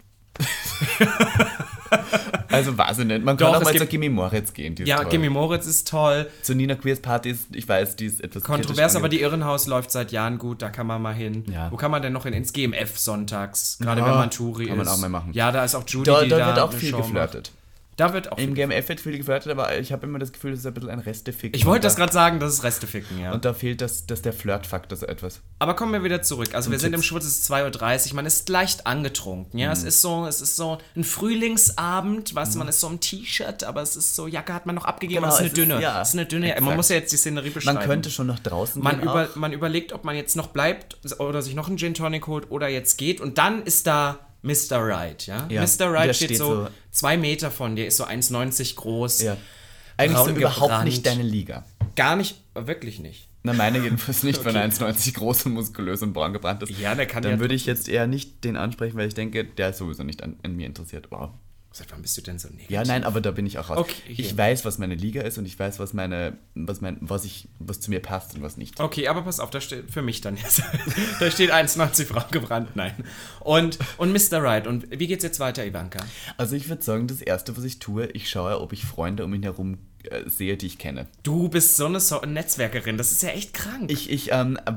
B: Also weiß ich nicht. Man kann auch mal zu Gimme Moritz gehen.
A: Ja, Gimme Moritz ist toll.
B: Zu Nina Queers Partys, ich weiß, die ist etwas
A: kontrovers, aber die Irrenhaus läuft seit Jahren gut, da kann man mal hin.
B: Ja.
A: Wo kann man denn noch hin? Ins GMF sonntags, gerade wenn man Touri ist.
B: Kann man auch mal machen.
A: Ja, da ist auch Judy,
B: da wird auch viel geflirtet.
A: Da wird auch
B: im GMF wird viel geflirtet, aber ich habe immer das Gefühl, das ist ein bisschen ein Resteficken.
A: Ich wollte das gerade sagen, das ist Resteficken, ja.
B: Und da fehlt dass der Flirtfaktor so etwas.
A: Aber kommen wir wieder zurück. Also wir sind im Schwutz, es ist 2:30 Uhr, man ist leicht angetrunken, ja. Es ist so ein Frühlingsabend, man ist so im T-Shirt, aber es ist so, Jacke hat man noch abgegeben,
B: genau,
A: es ist eine dünne. Man muss ja jetzt die Szenerie beschreiben.
B: Man könnte schon nach draußen gehen
A: man überlegt, ob man jetzt noch bleibt oder sich noch einen Gin Tonic holt oder jetzt geht und dann ist da Mr. Right, ja? Mr. Right steht so 2 Meter von dir, ist so 1,90 groß.
B: Ja. Eigentlich so überhaupt nicht deine Liga.
A: Gar nicht, wirklich nicht.
B: Na, meine jedenfalls nicht, okay. Wenn 1,90 groß und muskulös und braun gebrannt ist.
A: Ja, der kann
B: dann würde ich jetzt eher nicht den ansprechen, weil ich denke, der ist sowieso nicht an mir interessiert. Wow.
A: Seit wann bist du denn so negativ?
B: Ja, nein, aber da bin ich auch raus.
A: Okay.
B: Ich weiß, was meine Liga ist und ich weiß, was zu mir passt und was nicht.
A: Okay, aber pass auf, da steht für mich dann jetzt. Da steht 1,90 braun gebrannt, nein. Und Mr. Right. Und wie geht's jetzt weiter, Ivanka?
B: Also ich würde sagen, das Erste, was ich tue, ich schaue, ob ich Freunde um ihn herum sehe, die ich kenne.
A: Du bist so eine Netzwerkerin, das ist ja echt krank.
B: Mit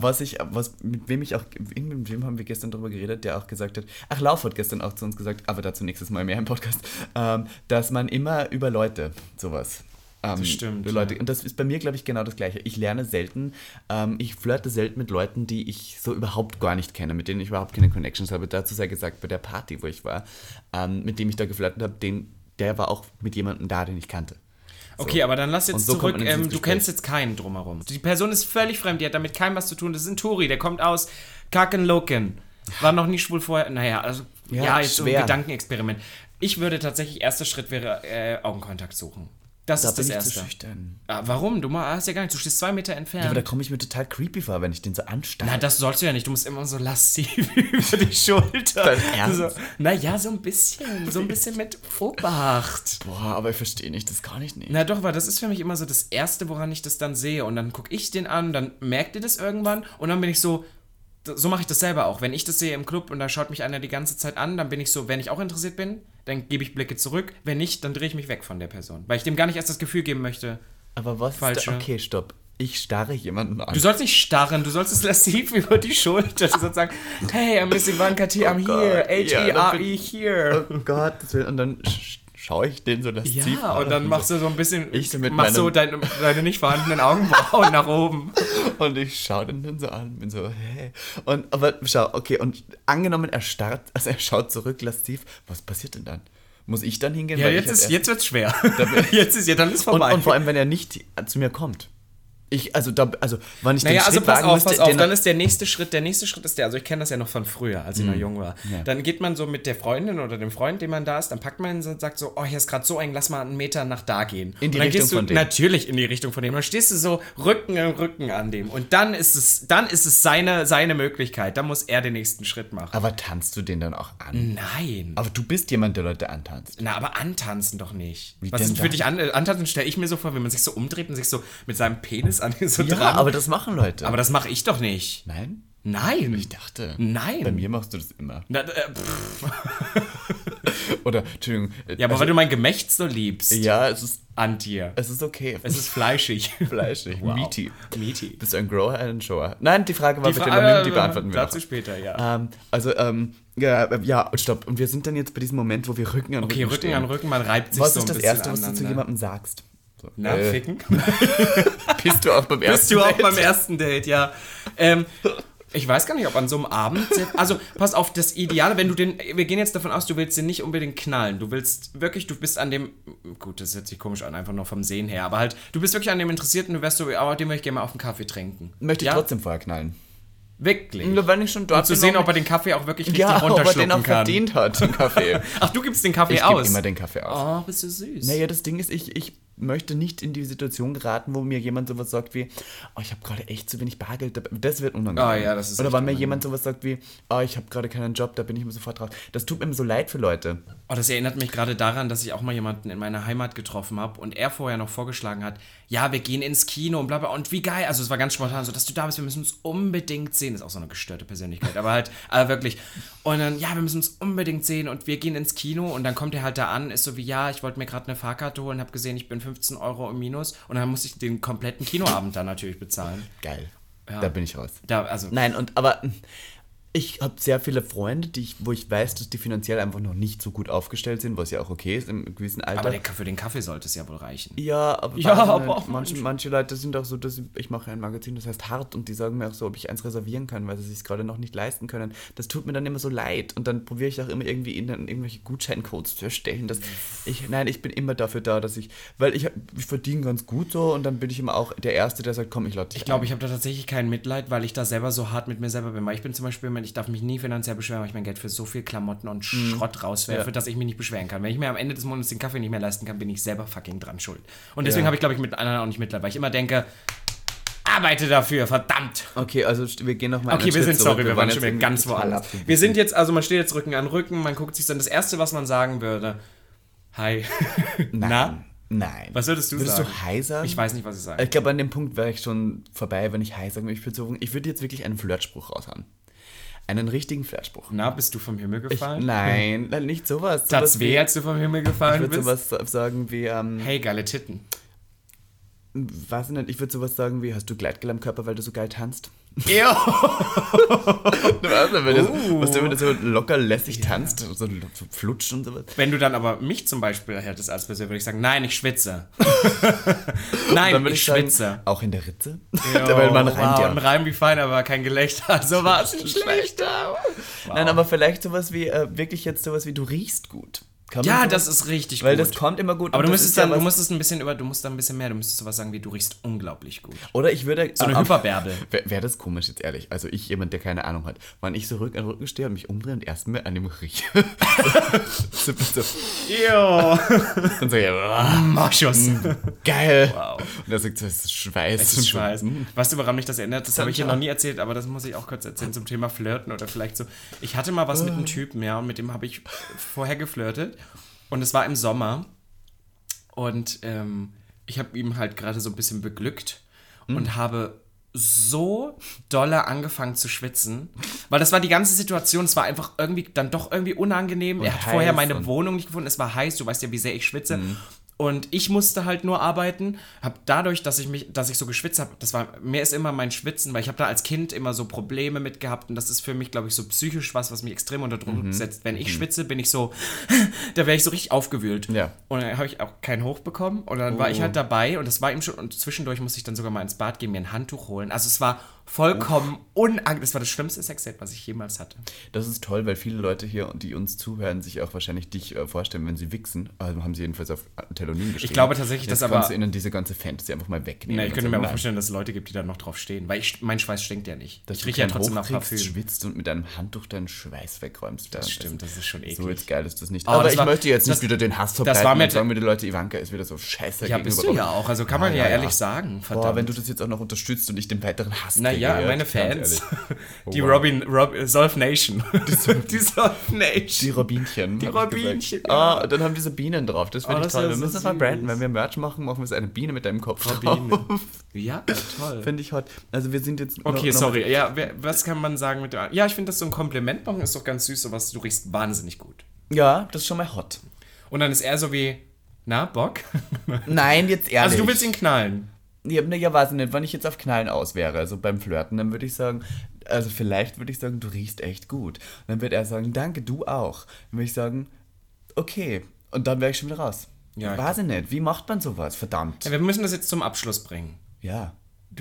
B: wem haben wir gestern drüber geredet, der auch gesagt hat, Lauf hat gestern auch zu uns gesagt, aber dazu nächstes Mal mehr im Podcast, dass man immer über Leute sowas...
A: das stimmt.
B: Leute. Und das ist bei mir, glaube ich, genau das Gleiche. Ich lerne selten, ich flirte selten mit Leuten, die ich so überhaupt gar nicht kenne, mit denen ich überhaupt keine Connections habe. Dazu sei gesagt, bei der Party, wo ich war, mit dem ich da geflirtet habe, der war auch mit jemandem da, den ich kannte. So.
A: Okay, aber dann lass jetzt
B: so
A: zurück, du kennst jetzt keinen drumherum. Die Person ist völlig fremd, die hat damit keinem was zu tun. Das ist ein Touri, der kommt aus Kakenloken. War noch nie schwul vorher. Naja, also jetzt so ein Gedankenexperiment. Ich würde tatsächlich, erster Schritt wäre Augenkontakt suchen. Das ist das Erste.
B: Zu schüchtern.
A: Warum? Du hast ja gar nichts. Du stehst 2 Meter entfernt.
B: Ja, aber da komme ich mir total creepy vor, wenn ich den so anstarre.
A: Na, das sollst du ja nicht. Du musst immer so lasziv über die Schulter.
B: Dein Ernst?
A: So ein bisschen. So ein bisschen mit Obacht.
B: Boah, aber ich verstehe nicht. Das kann ich nicht.
A: Na doch, weil das ist für mich immer so das Erste, woran ich das dann sehe. Und dann gucke ich den an, dann merkt ihr das irgendwann. Und dann bin ich so mache ich das selber auch. Wenn ich das sehe im Club und da schaut mich einer die ganze Zeit an, dann bin ich so, wenn ich auch interessiert bin, dann gebe ich Blicke zurück. Wenn nicht, dann drehe ich mich weg von der Person. Weil ich dem gar nicht erst das Gefühl geben möchte.
B: Aber was ist da? Okay, stopp. Ich starre jemanden an.
A: Du sollst nicht starren, du sollst es lasziv über die Schulter. Du sollst sagen, hey, I'm Miss Ivanka T, I'm here. H-E-R-E, here.
B: Oh Gott, und dann schaue ich den so lasziv an.
A: Ja, und dann machst du so ein bisschen,
B: machst
A: so deine nicht vorhandenen Augenbrauen nach oben.
B: Und ich schaue den dann so an, bin so, hey. Aber schau, okay, und angenommen, er schaut zurück lasziv, was passiert denn dann? Muss ich dann hingehen?
A: Ja, jetzt wird's schwer. Dann ist vorbei.
B: Und vor allem, wenn er nicht zu mir kommt. Wann ich
A: naja,
B: den Schritt
A: pass auf, dann ist der nächste Schritt ist also ich kenne das ja noch von früher, als ich noch jung war. Ja. Dann geht man so mit der Freundin oder dem Freund, dem man da ist, dann packt man ihn so und sagt so, hier ist gerade so eng, lass mal einen Meter nach da gehen.
B: In die Richtung von dem.
A: Natürlich in die Richtung von dem. Dann stehst du so Rücken an Rücken an dem und dann ist es seine Möglichkeit, dann muss er den nächsten Schritt machen.
B: Aber tanzt du den dann auch an?
A: Nein.
B: Aber du bist jemand, der Leute antanzt.
A: Na, aber antanzen doch nicht.
B: Wie
A: was ist für dich antanzen, stelle ich mir so vor, wenn man sich so umdreht und sich so mit seinem Penis an so dran.
B: Aber das machen Leute.
A: Aber das mache ich doch nicht.
B: Nein?
A: Nein.
B: Ich dachte.
A: Nein.
B: Bei mir machst du das immer. Oder, Entschuldigung.
A: Ja, aber weil du mein Gemächt so liebst.
B: Ja, es ist...
A: An dir.
B: Es ist okay.
A: Es ist fleischig.
B: Wow. Meaty. Bist du ein Grower, ein Shower? Nein, die Frage war
A: bitte
B: anonym, die beantworten wir
A: dazu noch. Später,
B: ja, stopp. Und wir sind dann jetzt bei diesem Moment, wo wir Rücken an Rücken stehen. Okay,
A: Rücken an Rücken, man reibt sich
B: was
A: so ein bisschen.
B: Was ist das Erste, was du zu jemandem sagst?
A: So. Na, ficken?
B: Bist du auch beim ersten Date?
A: Bist du auch beim ersten Date, ja. Ich weiß gar nicht, ob an so einem Abend... Also, pass auf, das Ideale, wenn du wir gehen jetzt davon aus, du willst den nicht unbedingt knallen. Du willst wirklich, du bist an dem... Gut, das hört sich komisch an, einfach nur vom Sehen her. Aber halt, du bist wirklich an dem interessiert und du wärst so, den möchte ich gerne mal auf einen Kaffee trinken.
B: Möchte ich trotzdem vorher knallen.
A: Wirklich?
B: Wenn ich schon dort
A: und zu sehen, ob er den Kaffee auch wirklich richtig runterschlucken kann.
B: Ja, ob er den auch verdient hat, den Kaffee.
A: Ach, du gibst den Kaffee aus?
B: Ich gebe immer den Kaffee aus.
A: Oh, bist du süß.
B: Naja, das Ding ist, ich möchte nicht in die Situation geraten, wo mir jemand sowas sagt wie, ich habe gerade echt zu wenig Bargeld dabei. Das wird unangenehm.
A: Ja, das ist
B: oder wenn mir jemand sowas sagt wie, ich habe gerade keinen Job, da bin ich mir sofort drauf. Das tut mir immer so leid für Leute.
A: Das erinnert mich gerade daran, dass ich auch mal jemanden in meiner Heimat getroffen habe und er vorher noch vorgeschlagen hat, ja, wir gehen ins Kino und bla bla und wie geil, also es war ganz spontan, so dass du da bist, wir müssen uns unbedingt sehen. Das ist auch so eine gestörte Persönlichkeit, aber halt, wirklich. Und dann, ja, wir müssen uns unbedingt sehen und wir gehen ins Kino und dann kommt er halt da an, ist so wie, ja, ich wollte mir gerade eine Fahrkarte holen, habe gesehen, ich bin 15 € im Minus und dann musste ich den kompletten Kinoabend dann natürlich bezahlen.
B: Geil. Ja. Da bin ich raus.
A: Nein,
B: aber ich habe sehr viele Freunde, wo ich weiß, dass die finanziell einfach noch nicht so gut aufgestellt sind, was ja auch okay ist im gewissen Alter.
A: Aber für den Kaffee sollte es ja wohl reichen.
B: Ja, aber auch manche Leute sind auch so, dass ich mache ein Magazin, das heißt Hart, und die sagen mir auch so, ob ich eins reservieren kann, weil sie es sich gerade noch nicht leisten können. Das tut mir dann immer so leid und dann probiere ich auch immer irgendwie ihnen irgendwelche Gutscheincodes zu erstellen. Ich bin immer dafür da, weil ich verdiene ganz gut so und dann bin ich immer auch der Erste, der sagt, komm, ich lade dich ein.
A: Ich glaube, ich habe da tatsächlich kein Mitleid, weil ich da selber so hart mit mir selber bin, weil ich bin zum Beispiel, ich darf mich nie finanziell beschweren, weil ich mein Geld für so viel Klamotten und Schrott rauswerfe, dass ich mich nicht beschweren kann. Wenn ich mir am Ende des Monats den Kaffee nicht mehr leisten kann, bin ich selber fucking dran schuld. Und deswegen habe ich, glaube ich, mit anderen auch nicht Mitleid, weil ich immer denke, arbeite dafür, verdammt.
B: Okay, also wir gehen nochmal
A: wir waren schon wieder ganz woanders. Wir sind jetzt, also man steht jetzt Rücken an Rücken, man guckt sich dann das Erste, was man sagen würde, hi.
B: Nein.
A: Was würdest du sagen?
B: Würdest du hi sagen?
A: Ich weiß nicht, was ich sage.
B: Ich glaube, an dem Punkt wäre ich schon vorbei, wenn ich hi sage. Ich würde jetzt wirklich einen Flirtspruch raushauen. Einen richtigen Flirtspruch.
A: Na, bist du vom Himmel gefallen?
B: Nein, nicht sowas.
A: Tats weh, als du vom Himmel gefallen bist?
B: Ich würde sowas sagen wie...
A: hey, geile Titten.
B: weiß ich nicht, ich würde sowas sagen wie, hast du Gleitgel am Körper, weil du so geil tanzt?
A: Ja.
B: Du weißt nicht, wenn du so locker lässig tanzt, so flutscht und sowas.
A: Wenn du dann aber mich zum Beispiel hättest als Person, würde ich sagen, nein, ich schwitze. Nein, ich schwitze.
B: Sagen, auch in der Ritze?
A: Jo, weil man reimt ein Reim wie fein, aber kein Gelächter. So war es nicht schlechter.
B: Wow. Nein, aber vielleicht sowas wie, wirklich jetzt sowas wie, du riechst gut.
A: Ja, das ist richtig
B: weil gut. Weil das kommt immer gut.
A: Aber du musst dann ein bisschen mehr, du müsstest sowas sagen wie, du riechst unglaublich gut.
B: Oder ich würde...
A: So eine Hyperbärbel.
B: Wäre das komisch jetzt ehrlich. Also ich, jemand, der keine Ahnung hat. Wenn ich so an den Rücken stehe und mich umdrehe und erstmal an dem rieche. so.
A: Jo.
B: Dann sage ich,
A: Moschus.
B: Geil. Wow. Und er sagt so, es ist Schweiß.
A: Es ist Schweiß. Weißt du, woran mich das erinnert? Das habe ich hier noch nie erzählt, aber das muss ich auch kurz erzählen zum Thema Flirten oder vielleicht so. Ich hatte mal was mit einem Typen, ja, und mit dem habe ich vorher geflirtet. Und es war im Sommer und ich habe ihm halt gerade so ein bisschen beglückt und habe so dolle angefangen zu schwitzen, weil das war die ganze Situation, es war einfach irgendwie unangenehm. Er hat vorher meine Wohnung nicht gefunden, es war heiß, du weißt ja, wie sehr ich schwitze. Und ich musste halt nur arbeiten, habe dadurch, dass ich so geschwitzt habe, mir ist immer mein Schwitzen, weil ich habe da als Kind immer so Probleme mit gehabt und das ist für mich, glaube ich, so psychisch was mich extrem unter Druck setzt. Wenn ich schwitze, bin ich so, da wäre ich so richtig aufgewühlt. Ja. Und dann habe ich auch keinen hochbekommen und dann war ich halt dabei und das war ihm schon, und zwischendurch musste ich dann sogar mal ins Bad gehen, mir ein Handtuch holen. Also es war vollkommen unangenehm. Das war das schlimmste Sexdate, was ich jemals hatte.
B: Das ist toll, weil viele Leute hier, die uns zuhören, sich auch wahrscheinlich dich vorstellen, wenn sie wichsen. Also haben sie jedenfalls auf Telonym geschrieben.
A: Ich glaube tatsächlich, dass aber...
B: kannst du ihnen diese ganze Fantasy einfach mal wegnehmen.
A: Nee, ich könnte mir aber vorstellen, dass es Leute gibt, die da noch drauf stehen. Weil mein Schweiß stinkt ja nicht.
B: Ich rieche ja trotzdem nach Parfüm. Schwitzt und mit einem Handtuch deinen Schweiß wegräumst.
A: Das stimmt, das ist schon eklig.
B: So jetzt geil ist das nicht. Aber ich möchte jetzt nicht wieder den Hass verbreiten und sagen mir die Leute, Ivanka ist wieder so scheiße.
A: Ja, bist du ja auch. Also kann man ja ehrlich sagen.
B: Verdammt. Boah, wenn du das jetzt auch noch unterstützt und ich den weiteren Hass kriege.
A: Naja, meine Fans. Die Solf Nation. Die Solf Nation.
B: Die Robinchen.
A: Die Robinchen.
B: Ja. Dann haben diese Bienen drauf. Das finde ich toll. Wir müssen das mal branden. Wenn wir Merch machen, machen wir so eine Biene mit deinem Kopf drauf.
A: Ja, toll.
B: Finde ich hot. Also wir sind jetzt...
A: Okay, sorry. Ja, was kann man sagen mit der... Ja, ich finde das so ein Kompliment machen ist doch ganz süß. Sowas, du riechst wahnsinnig gut.
B: Ja, das ist schon mal hot.
A: Und dann ist er so wie... Na, Bock?
B: Nein, jetzt ehrlich.
A: Also du willst ihn knallen?
B: Ja, weiß ich nicht, wenn ich jetzt auf Knallen aus wäre, also beim Flirten, dann würde ich sagen, also vielleicht würde ich sagen, du riechst echt gut. Und dann würde er sagen, danke, du auch. Dann würde ich sagen, okay. Und dann wäre ich schon wieder raus. Ja, weiß ich nicht, wie macht man sowas? Verdammt.
A: Ja, wir müssen das jetzt zum Abschluss bringen.
B: Ja.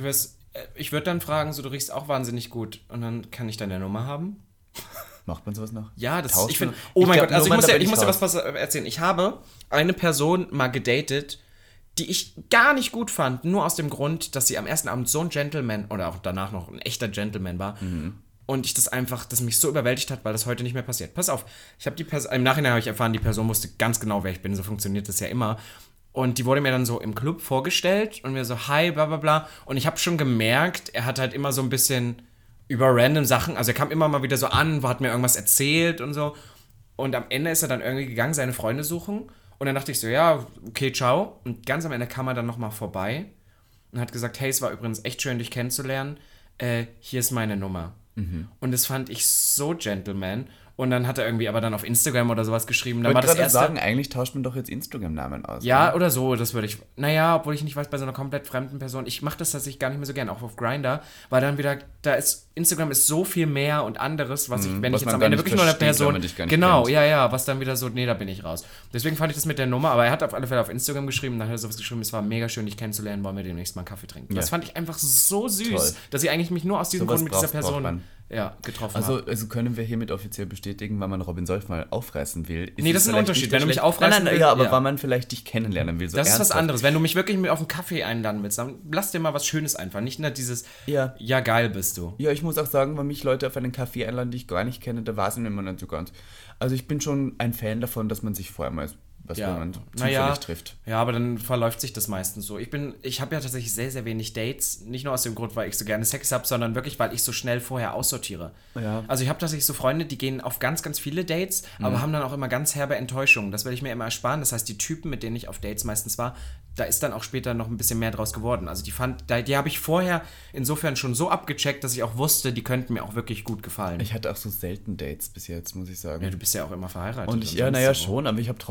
A: Ich würde dann fragen, so, du riechst auch wahnsinnig gut. Und dann kann ich deine Nummer haben?
B: Macht man sowas noch?
A: Ja, ich finde, oh mein Gott, also ich muss dir was erzählen. Ich habe eine Person mal gedatet, die ich gar nicht gut fand, nur aus dem Grund, dass sie am ersten Abend so ein Gentleman oder auch danach noch ein echter Gentleman war. Und ich das mich so überwältigt hat, weil das heute nicht mehr passiert. Pass auf, im Nachhinein habe ich erfahren, die Person wusste ganz genau, wer ich bin, so funktioniert das ja immer. Und die wurde mir dann so im Club vorgestellt und mir so, hi, bla bla bla. Und ich habe schon gemerkt, er hat halt immer so ein bisschen über random Sachen, also er kam immer mal wieder so an, hat mir irgendwas erzählt und so. Und am Ende ist er dann irgendwie gegangen, seine Freunde suchen. Und dann dachte ich so, ja, okay, ciao. Und ganz am Ende kam er dann nochmal vorbei und hat gesagt, hey, es war übrigens echt schön, dich kennenzulernen. Hier ist meine Nummer. Und das fand ich so Gentleman. Und dann hat er irgendwie aber dann auf Instagram oder sowas geschrieben. Dann
B: war das erste... sagen, eigentlich tauscht man doch jetzt Instagram-Namen aus.
A: Ja, oder so, das würde ich... Naja, obwohl ich nicht weiß, bei so einer komplett fremden Person. Ich mache das tatsächlich gar nicht mehr so gern, auch auf Grindr, weil dann wieder, Instagram ist so viel mehr und anderes, wenn ich jetzt am Ende wirklich nur eine Person... Genau, kennt. Ja, was dann wieder so, nee, da bin ich raus. Deswegen fand ich das mit der Nummer, aber er hat auf alle Fälle auf Instagram geschrieben, dann hat er sowas geschrieben, es war mega schön, dich kennenzulernen, wollen wir demnächst mal einen Kaffee trinken. Ja. Das fand ich einfach so süß, toll. Dass ich eigentlich mich nur aus diesem Grund mit dieser Person... getroffen habe.
B: Also können wir hiermit offiziell bestätigen, wenn man Robin Solf mal aufreißen will.
A: Nee, das ist ein Unterschied. Wenn du mich aufreißen willst...
B: Ja, aber wenn man vielleicht dich kennenlernen will. So
A: das ist was anderes. Wenn du mich wirklich mit auf einen Kaffee einladen willst, dann lass dir mal was Schönes einfallen. Nicht nur dieses, ja, geil bist du.
B: Ja, ich muss auch sagen, wenn mich Leute auf einen Kaffee einladen, die ich gar nicht kenne, da weiß ich immer nicht so ganz. Also ich bin schon ein Fan davon, dass man sich vorher mal... wenn man zufällig trifft.
A: Ja, aber dann verläuft sich das meistens so. Ich habe ja tatsächlich sehr, sehr wenig Dates. Nicht nur aus dem Grund, weil ich so gerne Sex habe, sondern wirklich, weil ich so schnell vorher aussortiere. Ja. Also ich habe tatsächlich so Freunde, die gehen auf ganz, ganz viele Dates, aber haben dann auch immer ganz herbe Enttäuschungen. Das will ich mir immer ersparen. Das heißt, die Typen, mit denen ich auf Dates meistens war, da ist dann auch später noch ein bisschen mehr draus geworden. Also die habe ich vorher insofern schon so abgecheckt, dass ich auch wusste, die könnten mir auch wirklich gut gefallen.
B: Ich hatte auch so selten Dates bis jetzt, muss ich sagen.
A: Ja, du bist ja auch immer verheiratet.
B: Und schon, aber ich habe trotzdem Dates.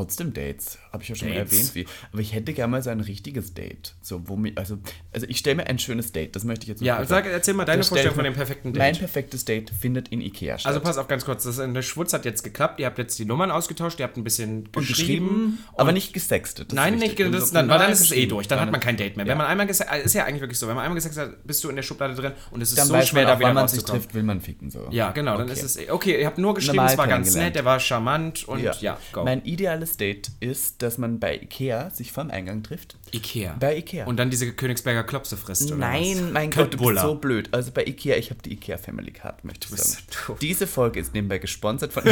B: Dates. Habe ich ja schon mal erwähnt. Aber ich hätte gerne mal so ein richtiges Date. So, also ich stelle mir ein schönes Date. Das möchte ich jetzt
A: mal erzähl mal deine Vorstellung von dem perfekten Date.
B: Mein perfektes Date findet in Ikea statt.
A: Also pass auf ganz kurz. Das in der Schwutz hat jetzt geklappt. Ihr habt jetzt die Nummern ausgetauscht. Ihr habt ein bisschen geschrieben.
B: Aber nicht gesextet.
A: Nein, nicht. Weil dann ist es durch. Dann hat man kein Date mehr. Ja. Wenn man einmal gesextet, ist ja eigentlich wirklich so. Wenn man einmal gesextet hat, bist du in der Schublade drin und es ist dann so schwer, da wieder rauszukommen. Wenn man sich trifft,
B: will man ficken. So.
A: Ja, genau. Dann ist es okay. Ihr habt nur geschrieben, es war ganz nett, er war charmant und go.
B: Mein ideales Date ist, dass man bei Ikea sich vorm Eingang trifft. Bei Ikea.
A: Und dann diese Königsberger Klopse frisst, oder
B: Nein,
A: was?
B: Mein Gott, du bist so blöd. Also bei Ikea, ich habe die Ikea Family Card, möchte ich sagen. So diese Folge ist nebenbei gesponsert von
A: I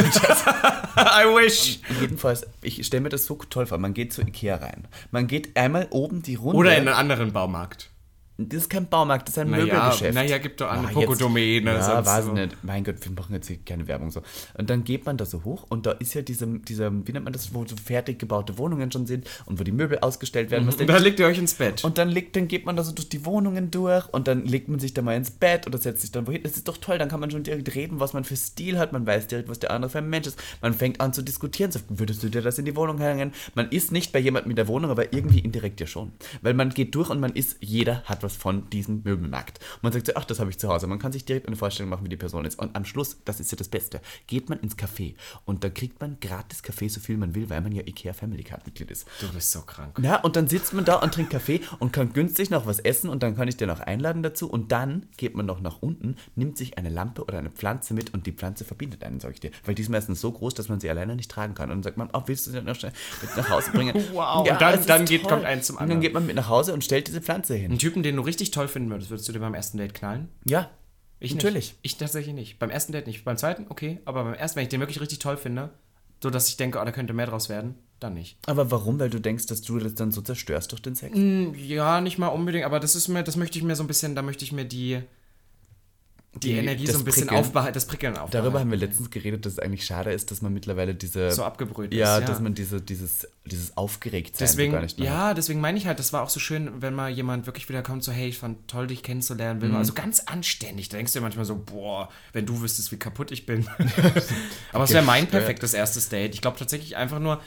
A: wish.
B: Jedenfalls, ich stelle mir das so toll vor. Man geht zu Ikea rein. Man geht einmal oben die Runde.
A: Oder in einen anderen Baumarkt.
B: Das ist kein Baumarkt, das ist ein Möbelgeschäft.
A: Naja, gibt doch eine Pokodomäne.
B: Ja, weiß ich nicht. Mein Gott, wir machen jetzt hier keine Werbung so. Und dann geht man da so hoch und da ist ja dieser, wie nennt man das, wo so fertig gebaute Wohnungen schon sind und wo die Möbel ausgestellt werden.
A: Und da legt ihr euch ins Bett.
B: Und dann geht man da so durch die Wohnungen durch und dann legt man sich da mal ins Bett oder setzt sich dann wohin. Das ist doch toll, dann kann man schon direkt reden, was man für Stil hat. Man weiß direkt, was der andere für ein Mensch ist. Man fängt an zu diskutieren. So, würdest du dir das in die Wohnung hängen? Man ist nicht bei jemandem mit der Wohnung, aber irgendwie indirekt ja schon. Weil man geht durch und jeder hat was von diesem Möbelmarkt. Und man sagt so, ach, das habe ich zu Hause. Man kann sich direkt eine Vorstellung machen, wie die Person ist. Und am Schluss, das ist ja das Beste, geht man ins Café und da kriegt man gratis Kaffee, so viel man will, weil man ja Ikea Family Card Mitglied ist.
A: Du bist so krank.
B: Ja, und dann sitzt man da und trinkt Kaffee und kann günstig noch was essen und dann kann ich dir noch einladen dazu und dann geht man noch nach unten, nimmt sich eine Lampe oder eine Pflanze mit und die Pflanze verbindet einen, sag ich dir. Weil die ist meistens so groß, dass man sie alleine nicht tragen kann. Und dann sagt man, willst du sie noch schnell mit nach Hause bringen?
A: Wow, ja, und dann kommt eins zum anderen.
B: Und dann geht man mit nach Hause und stellt diese Pflanze hin.
A: Einen Typen, den du richtig toll finden würdest du dir beim ersten Date knallen?
B: Ja, natürlich.
A: Nicht. Ich tatsächlich nicht. Beim ersten Date nicht. Beim zweiten, okay. Aber beim ersten, wenn ich den wirklich richtig toll finde, so dass ich denke, da könnte mehr draus werden, dann nicht.
B: Aber warum? Weil du denkst, dass du das dann so zerstörst durch den Sex?
A: Ja, nicht mal unbedingt. Aber das möchte ich mir so ein bisschen, da möchte ich mir die Energie so ein bisschen aufbehalten, das Prickeln aufbehalten.
B: Darüber haben wir letztens geredet, dass es eigentlich schade ist, dass man mittlerweile diese...
A: So abgebrüht ist,
B: ja. Dass man dieses Aufgeregtsein
A: deswegen,
B: gar nicht mehr
A: ja, deswegen meine ich halt, das war auch so schön, wenn mal jemand wirklich wieder kommt, so, hey, ich fand toll, dich kennenzulernen, will mal, also ganz anständig. Da denkst du dir manchmal so, boah, wenn du wüsstest, wie kaputt ich bin. Aber es wäre mein perfektes erstes Date. Ich glaube tatsächlich einfach nur,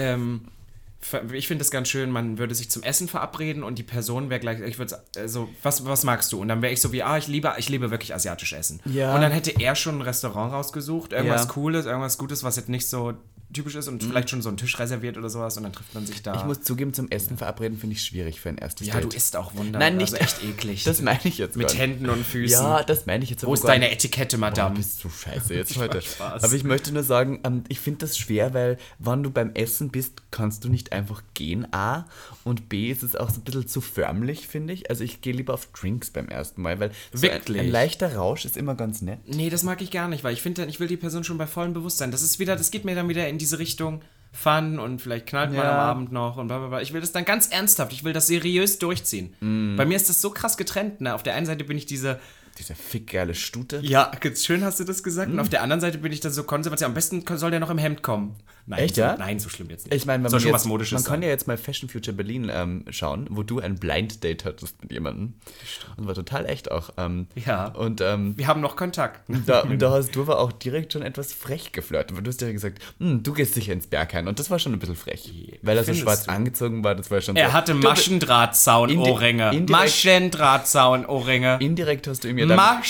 A: ich finde das ganz schön, man würde sich zum Essen verabreden und die Person wäre gleich, ich würde so, was magst du? Und dann wäre ich so wie, ich liebe wirklich asiatisch essen. Ja. Und dann hätte er schon ein Restaurant rausgesucht, irgendwas Cooles, irgendwas Gutes, was jetzt nicht so typisch ist und vielleicht schon so einen Tisch reserviert oder sowas und dann trifft man sich da.
B: Ich muss zugeben, zum Essen verabreden finde ich schwierig für ein erstes Date.
A: Ja, du isst auch wunderbar.
B: Nein, nicht.
A: Also echt eklig.
B: Das meine ich jetzt
A: mit Händen und Füßen.
B: Ja, das meine ich jetzt.
A: Wo ist deine Etikette, Madame?
B: Boah, bist du scheiße jetzt heute. Aber ich möchte nur sagen, ich finde das schwer, weil wenn du beim Essen bist, kannst du nicht einfach gehen, A, und B, ist es auch so ein bisschen zu förmlich, finde ich. Also ich gehe lieber auf Drinks beim ersten Mal, weil so ein leichter Rausch ist immer ganz nett.
A: Nee, das mag ich gar nicht, weil ich finde, ich will die Person schon bei vollem Bewusstsein. Das geht mir dann wieder in diese Richtung Fun und vielleicht knallt man am Abend noch und blablabla. Ich will das dann ganz ernsthaft, ich will das seriös durchziehen. Bei mir ist das so krass getrennt. Ne? Auf der einen Seite bin ich diese
B: fickgeile Stute.
A: Ja, schön hast du das gesagt. Und auf der anderen Seite bin ich dann so konservativ. Am besten soll der noch im Hemd kommen. Nein,
B: echt, ja?
A: Nein, so schlimm jetzt nicht.
B: Ich meine,
A: soll schon was Modisches
B: man kann ja jetzt mal Fashion Future Berlin schauen, wo du ein Blind Date hattest mit jemandem. Und war total echt auch.
A: Ja. Und wir haben noch Kontakt.
B: Da hast du aber auch direkt schon etwas frech geflirtet. Du hast direkt gesagt, du gehst sicher ins Berghain. Und das war schon ein bisschen frech. Weil er so schwarz angezogen war, das war schon
A: Er hatte Maschendrahtzaun-Ohrringe. Maschendrahtzaun-Ohrringe.
B: Indirekt hast du ihm ja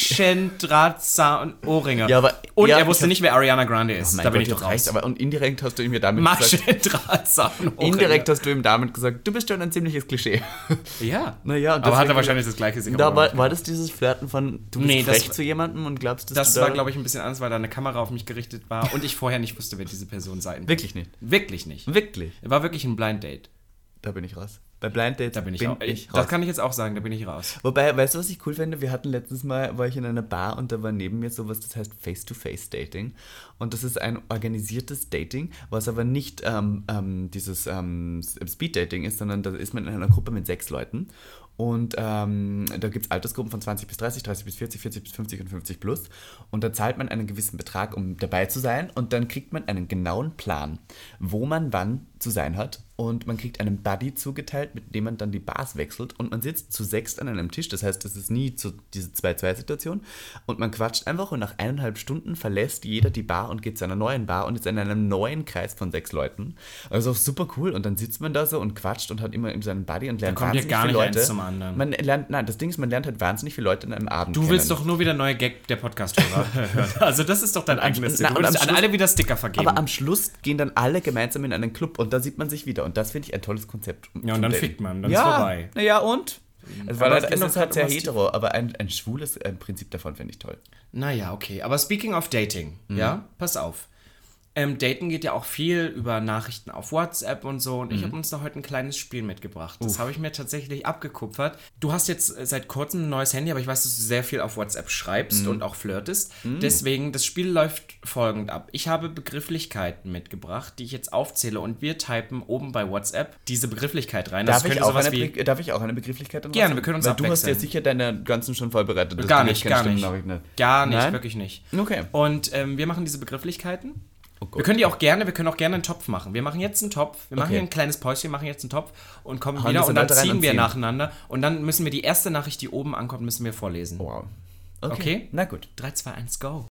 A: Maschendrahtzaun-Ohrringe.
B: Ja,
A: und er wusste nicht, wer Ariana Grande ist. Da bin ich doch raus.
B: Und indirekt hast du ihm ja damit
A: Indirekt
B: hast du ihm damit gesagt, du bist schon ein ziemliches Klischee.
A: Ja.
B: Naja,
A: aber hat er wahrscheinlich das gleiche Signal.
B: Da war das dieses Flirten von, du bist frech zu jemandem und glaubst, dass
A: das war, glaube ich, ein bisschen anders, weil da eine Kamera auf mich gerichtet war und ich vorher nicht wusste, wer diese Person sein wird.
B: Wirklich nicht?
A: Wirklich nicht.
B: Wirklich?
A: War wirklich ein Blind Date.
B: Da bin ich raus. Bei Blind Dates
A: bin ich raus. Das kann ich jetzt auch sagen, da bin ich raus.
B: Wobei, weißt du, was ich cool finde? Wir hatten letztens mal, war ich in einer Bar und da war neben mir sowas, das heißt Face-to-Face-Dating. Und das ist ein organisiertes Dating, was aber nicht dieses Speed-Dating ist, sondern da ist man in einer Gruppe mit 6 Leuten. Und da gibt es Altersgruppen von 20 bis 30, 30 bis 40, 40 bis 50 und 50 plus. Und da zahlt man einen gewissen Betrag, um dabei zu sein. Und dann kriegt man einen genauen Plan, wo man wann zu sein hat. und man kriegt einen Buddy zugeteilt, mit dem man dann die Bars wechselt und man sitzt zu 6 an einem Tisch. Das heißt, es ist nie diese 2-2-Situation und man quatscht einfach und nach 1,5 Stunden verlässt jeder die Bar und geht zu einer neuen Bar und ist in einem neuen Kreis von 6 Leuten. Also auch super cool und dann sitzt man da so und quatscht und hat immer eben seinen Buddy und lernt wahnsinnig viele Leute. Eins zum anderen. Das Ding ist, man lernt halt wahnsinnig viele Leute in einem Abend
A: kennen. Du willst doch nur wieder neue Gag der Podcast-Hörer hören. Also das ist doch dein eigenes Ding. Du willst an alle wieder Sticker vergeben.
B: Aber am Schluss gehen dann alle gemeinsam in einen Club und da sieht man sich wieder. Und das finde ich ein tolles Konzept.
A: Ja, und dann fickt man, dann ist vorbei.
B: Naja, und? Es ist halt sehr hetero, aber ein schwules Prinzip davon finde ich toll.
A: Naja, okay. Aber speaking of dating, ja, pass auf. Daten geht ja auch viel über Nachrichten auf WhatsApp und so. Und ich habe uns da heute ein kleines Spiel mitgebracht. Das habe ich mir tatsächlich abgekupfert. Du hast jetzt seit kurzem ein neues Handy, aber ich weiß, dass du sehr viel auf WhatsApp schreibst und auch flirtest. Deswegen, das Spiel läuft folgend ab. Ich habe Begrifflichkeiten mitgebracht, die ich jetzt aufzähle. Und wir typen oben bei WhatsApp diese Begrifflichkeit rein.
B: Darf ich auch eine Begrifflichkeit?
A: Gerne, wir können uns abwechseln.
B: Du hast ja sicher deine ganzen schon vorbereitet.
A: Gar nicht. Wirklich nicht.
B: Okay.
A: Und wir machen diese Begrifflichkeiten. Oh Gott, wir können auch gerne einen Topf machen. Wir machen jetzt einen Topf, wir machen hier ein kleines Päuschen, machen jetzt einen Topf und kommen wieder und dann ziehen wir nacheinander und dann müssen wir die erste Nachricht, die oben ankommt, müssen wir vorlesen.
B: Wow.
A: Okay?
B: Na gut.
A: 3, 2, 1, go.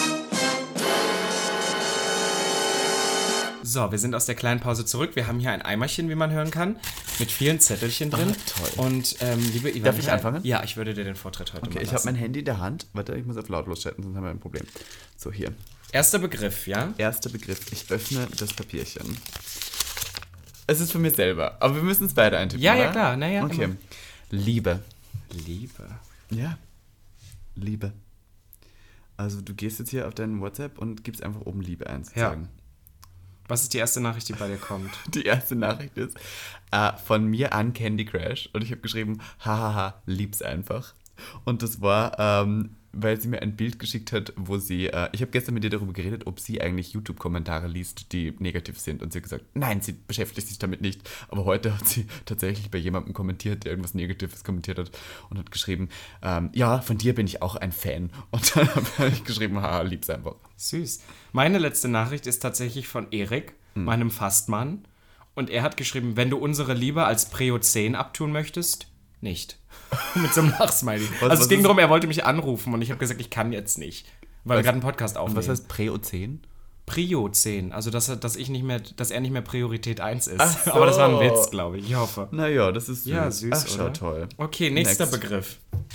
A: So, wir sind aus der kleinen Pause zurück. Wir haben hier ein Eimerchen, wie man hören kann, mit vielen Zettelchen drin.
B: Toll.
A: Und liebe Ivan,
B: darf ich anfangen?
A: Ja, ich würde dir den Vortritt heute mal lassen.
B: Ich habe mein Handy in der Hand. Warte, ich muss auf lautlos chatten, sonst haben wir ein Problem. So, hier.
A: Erster Begriff, ja?
B: Erster Begriff. Ich öffne das Papierchen. Es ist für mich selber, aber wir müssen es beide eintippen,
A: ja,
B: oder?
A: Ja, klar. Naja,
B: okay. Immer. Liebe. Ja. Liebe. Also du gehst jetzt hier auf deinen WhatsApp und gibst einfach oben Liebe ein, sozusagen. Ja.
A: Was ist die erste Nachricht, die bei dir kommt?
B: Die erste Nachricht ist von mir an Candy Crush und ich habe geschrieben, hahaha, lieb's einfach. Und das war, weil sie mir ein Bild geschickt hat, wo sie, ich habe gestern mit ihr darüber geredet, ob sie eigentlich YouTube-Kommentare liest, die negativ sind. Und sie hat gesagt, nein, sie beschäftigt sich damit nicht. Aber heute hat sie tatsächlich bei jemandem kommentiert, der irgendwas Negatives kommentiert hat und hat geschrieben, ja, von dir bin ich auch ein Fan. Und dann habe ich geschrieben, haha, lieb's einfach.
A: Süß. Meine letzte Nachricht ist tatsächlich von Erik, meinem Fastmann. Und er hat geschrieben, wenn du unsere Liebe als Prio 10 abtun möchtest, nicht. Mit so einem Lachsmiley. Also es ging darum, er wollte mich anrufen und ich habe gesagt, ich kann jetzt nicht, weil wir gerade einen Podcast aufnehmen.
B: Und was heißt Prio 10?
A: Prio 10, also dass er nicht mehr Priorität 1 ist. Ach so. Aber das war ein Witz, glaube ich hoffe.
B: Naja, das ist süß.
A: Ja, süß,
B: ach, schau,
A: oder?
B: Toll.
A: Okay, nächster Begriff.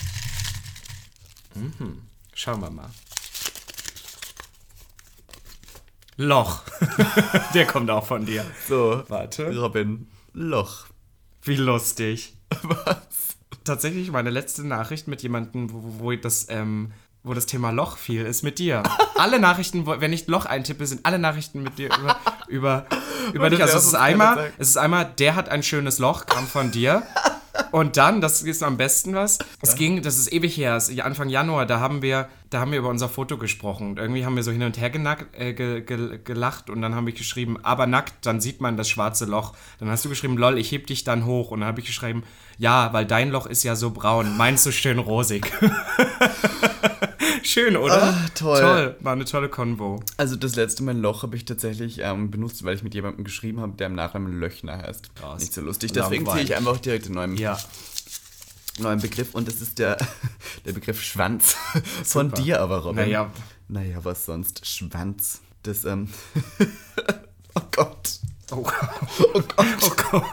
A: Schauen wir mal. Loch. Der kommt auch von dir.
B: So,
A: warte.
B: Robin, Loch.
A: Wie lustig.
B: Was?
A: Tatsächlich meine letzte Nachricht mit jemandem, wo das Thema Loch fiel, ist mit dir. Alle Nachrichten, wenn ich Loch eintippe, sind alle Nachrichten mit dir über dich. Also es ist einmal, der hat ein schönes Loch, kam von dir. Und dann, das ist am besten was, das ist ewig her, Anfang Januar, da haben wir über unser Foto gesprochen. Und irgendwie haben wir so hin und her gelacht und dann habe ich geschrieben, aber nackt, dann sieht man das schwarze Loch. Dann hast du geschrieben, lol, ich heb dich dann hoch. Und dann habe ich geschrieben, ja, weil dein Loch ist ja so braun, meins so schön rosig. Schön, oder?
B: Ah, toll.
A: Toll, war eine tolle Konvo.
B: Also das letzte Mal Loch habe ich tatsächlich benutzt, weil ich mit jemandem geschrieben habe, der im Nachnamen Löchner heißt.
A: Krass.
B: Nicht so lustig. Deswegen ziehe ich einfach direkt den neuen Begriff und das ist der Begriff Schwanz. Von dir aber, Robin. Naja, was sonst? Schwanz. Das, oh Gott.
A: Oh Gott.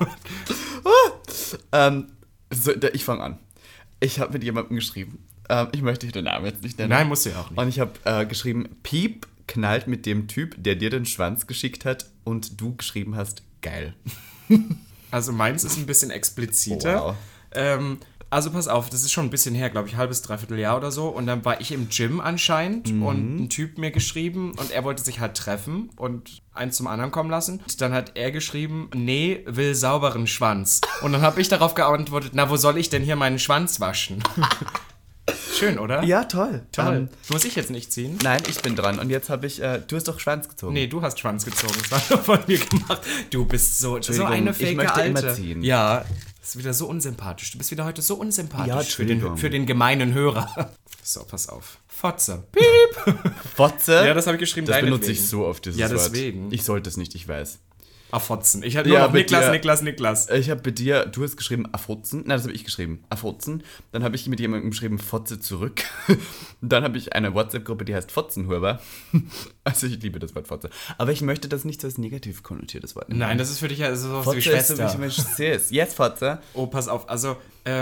B: Ich fange an. Ich habe mit jemandem geschrieben. Ich möchte den Namen jetzt nicht nennen.
A: Nein, musst du ja auch nicht.
B: Und ich habe geschrieben, Piep knallt mit dem Typ, der dir den Schwanz geschickt hat und du geschrieben hast, geil.
A: Also meins ist ein bisschen expliziter.
B: Wow.
A: Also pass auf, das ist schon ein bisschen her, glaube ich, halbes, dreiviertel Jahr oder so. Und dann war ich im Gym anscheinend und ein Typ mir geschrieben und er wollte sich halt treffen und eins zum anderen kommen lassen. Und dann hat er geschrieben, nee, will sauberen Schwanz. Und dann habe ich darauf geantwortet, na, wo soll ich denn hier meinen Schwanz waschen? Schön, oder?
B: Ja, toll.
A: Muss ich jetzt nicht ziehen?
B: Nein, ich bin dran. Und jetzt habe ich, du hast doch Schwanz gezogen.
A: Nee, du hast Schwanz gezogen. Das war doch von mir gemacht. Du bist so eine fake
B: ich möchte
A: Alte.
B: immer ziehen.
A: Ja, das ist wieder so unsympathisch. Du bist wieder heute so unsympathisch
B: ja,
A: für den gemeinen Hörer. So, pass auf. Fotze. Piep.
B: Fotze?
A: Ja, das habe ich geschrieben.
B: Das benutze ich so oft, dieses
A: Wort.
B: Ja,
A: deswegen.
B: Ich sollte es nicht, ich weiß.
A: Afotzen. Ich hatte nur noch Niklas.
B: Ich habe bei dir, du hast geschrieben Afotzen. Nein, das habe ich geschrieben. Afotzen. Dann habe ich mit jemandem geschrieben Fotze zurück. Dann habe ich eine WhatsApp-Gruppe, die heißt Fotzenhuber. Also ich liebe das Wort Fotze. Aber ich möchte das nicht so als negativ konnotiertes Wort nehmen.
A: Nein, das ist für dich ja so
B: Fotze
A: wie Schwester.
B: Ist so, wie ich sehe. Yes, Fotze.
A: Oh, pass auf. Also,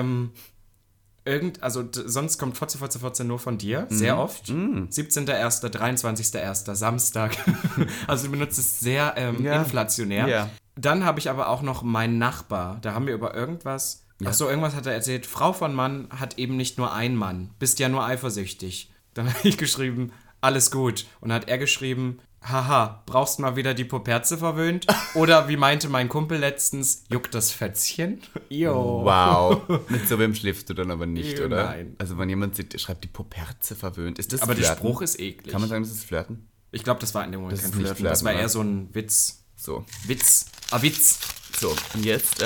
A: sonst kommt Fotze nur von dir, sehr oft. 17.01., 23.01., Samstag. Also du benutzt es sehr inflationär.
B: Ja.
A: Dann habe ich aber auch noch meinen Nachbar. Da haben wir über irgendwas... Ja. Achso, irgendwas hat er erzählt. Frau von Mann hat eben nicht nur einen Mann. Bist ja nur eifersüchtig. Dann habe ich geschrieben, alles gut. Und dann hat er geschrieben... Haha, brauchst mal wieder die Poperze verwöhnt? Oder wie meinte mein Kumpel letztens, juckt das Fätzchen?
B: Jo. Wow. Mit so wem schläfst du dann aber nicht, oder?
A: Nein.
B: Also wenn jemand schreibt, die Poperze verwöhnt, ist das
A: aber
B: Flirten?
A: Der Spruch ist eklig.
B: Kann man sagen, das ist Flirten?
A: Ich glaube, das war in dem Moment kein
B: Flirten.
A: Das war eher so ein Witz.
B: So.
A: Witz.
B: So, und jetzt,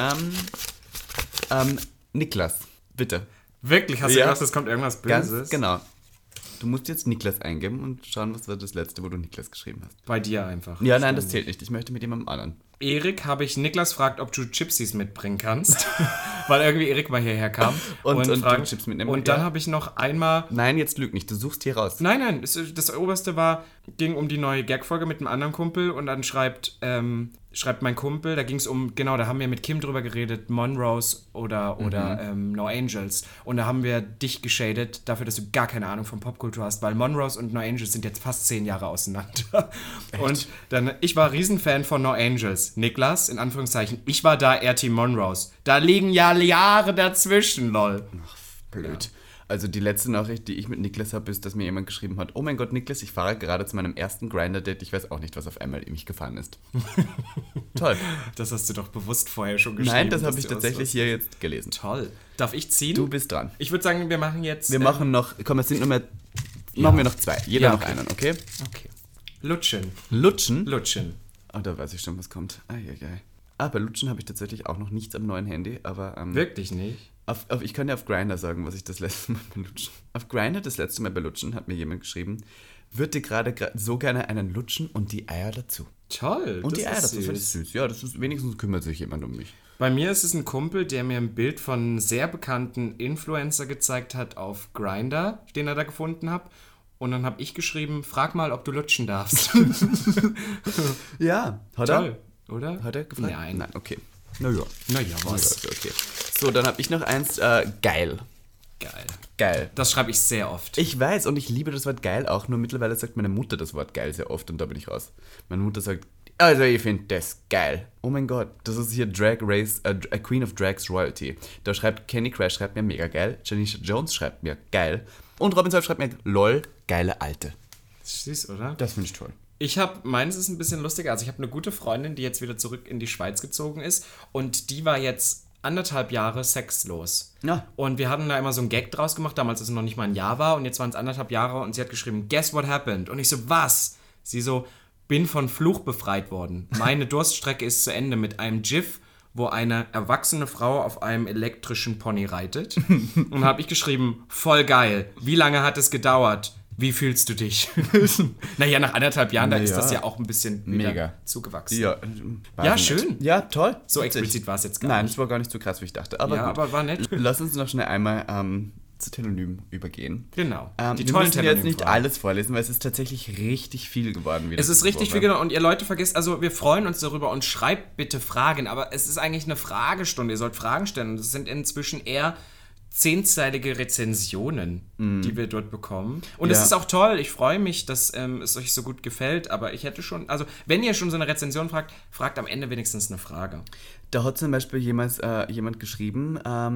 B: Niklas, bitte.
A: Wirklich? Hast du gedacht, es kommt irgendwas Böses?
B: Ganz genau. Du musst jetzt Niklas eingeben und schauen, was war das letzte, wo du Niklas geschrieben hast.
A: Bei dir einfach.
B: Ja, nein, das zählt nicht. Ich möchte mit jemandem anderen.
A: Erik habe ich Niklas fragt, ob du Chipsies mitbringen kannst. Weil irgendwie Erik mal hierher kam.
B: und Chips mitnehmen.
A: Und dann habe ich noch einmal...
B: Nein, jetzt lüg nicht. Du suchst hier raus.
A: Nein. Das Oberste ging um die neue Gag-Folge mit einem anderen Kumpel und dann schreibt mein Kumpel, da ging es um, genau, da haben wir mit Kim drüber geredet, Monrose oder No Angels. Und da haben wir dich geschadet dafür, dass du gar keine Ahnung von Popkultur hast, weil Monrose und No Angels sind jetzt fast 10 Jahre auseinander. Echt? Und dann, ich war Riesenfan von No Angels. Niklas, in Anführungszeichen, ich war da eher Team Monrose. Da liegen ja Jahre dazwischen, lol.
B: Ach, blöd. Ja. Also die letzte Nachricht, die ich mit Niklas habe, ist, dass mir jemand geschrieben hat, oh mein Gott, Niklas, ich fahre gerade zu meinem ersten Grindr-Date, ich weiß auch nicht, was auf einmal in mich gefahren ist. Toll.
A: Das hast du doch bewusst vorher schon geschrieben.
B: Nein, das habe ich tatsächlich hier jetzt gelesen.
A: Toll. Darf ich ziehen?
B: Du bist dran.
A: Ich würde sagen, wir machen jetzt...
B: Wir machen noch, komm, es sind nur mehr, machen wir noch 2. Jeder noch einen, okay?
A: Okay. Lutschen.
B: Lutschen? Oh, da weiß ich schon, was kommt. Bei Lutschen habe ich tatsächlich auch noch nichts am neuen Handy, aber...
A: Wirklich nicht?
B: Ich kann ja auf Grindr sagen, was ich das letzte Mal bei Lutschen... Auf Grindr das letzte Mal bei Lutschen hat mir jemand geschrieben, würde gerade so gerne einen lutschen und die Eier dazu.
A: Toll,
B: und die Eier dazu, das ist süß. Ja, das ist, wenigstens kümmert sich jemand um mich.
A: Bei mir ist es ein Kumpel, der mir ein Bild von einem sehr bekannten Influencer gezeigt hat auf Grindr, den er da gefunden hat. Und dann habe ich geschrieben, frag mal, ob du lutschen darfst.
B: Ja, hat
A: Toll, oder?
B: Hat er gefragt?
A: Nein,
B: okay. Naja,
A: was?
B: Okay. So, dann habe ich noch eins, geil. Geil.
A: Das schreibe ich sehr oft.
B: Ich weiß und ich liebe das Wort geil auch, nur mittlerweile sagt meine Mutter das Wort geil sehr oft und da bin ich raus. Meine Mutter sagt, also ich finde das geil. Oh mein Gott, das ist hier Drag Race, a Queen of Drags Royalty. Da schreibt Kenny Crash, schreibt mir mega geil. Janisha Jones schreibt mir geil. Und Robin Solf schreibt mir lol, geile Alte.
A: Süß, oder?
B: Das finde ich toll.
A: Meins ist ein bisschen lustiger. Also ich habe eine gute Freundin, die jetzt wieder zurück in die Schweiz gezogen ist und die war jetzt 1,5 Jahre sexlos.
B: Ja.
A: Und wir hatten da immer so einen Gag draus gemacht, damals als es noch nicht mal ein Jahr war und jetzt waren es 1,5 Jahre und sie hat geschrieben, guess what happened? Und ich so, was? Sie so, bin von Fluch befreit worden. Meine Durststrecke ist zu Ende mit einem GIF, wo eine erwachsene Frau auf einem elektrischen Pony reitet. Und dann habe ich geschrieben, voll geil. Wie lange hat es gedauert? Wie fühlst du dich? Naja, nach 1,5 Jahren, da ist das ja auch ein bisschen
B: mega
A: zugewachsen.
B: Ja,
A: schön.
B: Ja, toll.
A: So explizit war es jetzt gar
B: nicht. Nein,
A: nicht.
B: das war gar nicht so krass, wie ich dachte. Aber,
A: ja,
B: gut.
A: aber war nett.
B: Lass uns noch schnell einmal zu Telonymen übergehen.
A: Genau.
B: Die wir müssen jetzt nicht alles vorlesen, weil es ist tatsächlich richtig viel geworden.
A: Es ist richtig viel geworden und ihr Leute vergesst, also wir freuen uns darüber und schreibt bitte Fragen, aber es ist eigentlich eine Fragestunde, ihr sollt Fragen stellen und es sind inzwischen eher 10-zeilige Rezensionen, die wir dort bekommen. Und es ist auch toll, ich freue mich, dass es euch so gut gefällt, aber ich hätte schon, also wenn ihr schon so eine Rezension fragt am Ende wenigstens eine Frage.
B: Da hat zum Beispiel jemand geschrieben,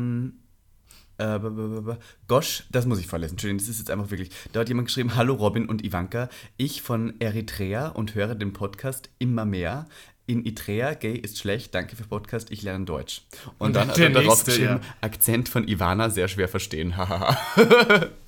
B: Gosh, das muss ich vorlesen, Entschuldigung, das ist jetzt einfach wirklich, da hat jemand geschrieben, hallo Robin und Ivanka, ich von Eritrea und höre den Podcast immer mehr. In Eritrea, gay ist schlecht, danke für Podcast, ich lerne Deutsch. Und dann hat er darauf geschrieben, Akzent von Ivana, sehr schwer verstehen, hahaha.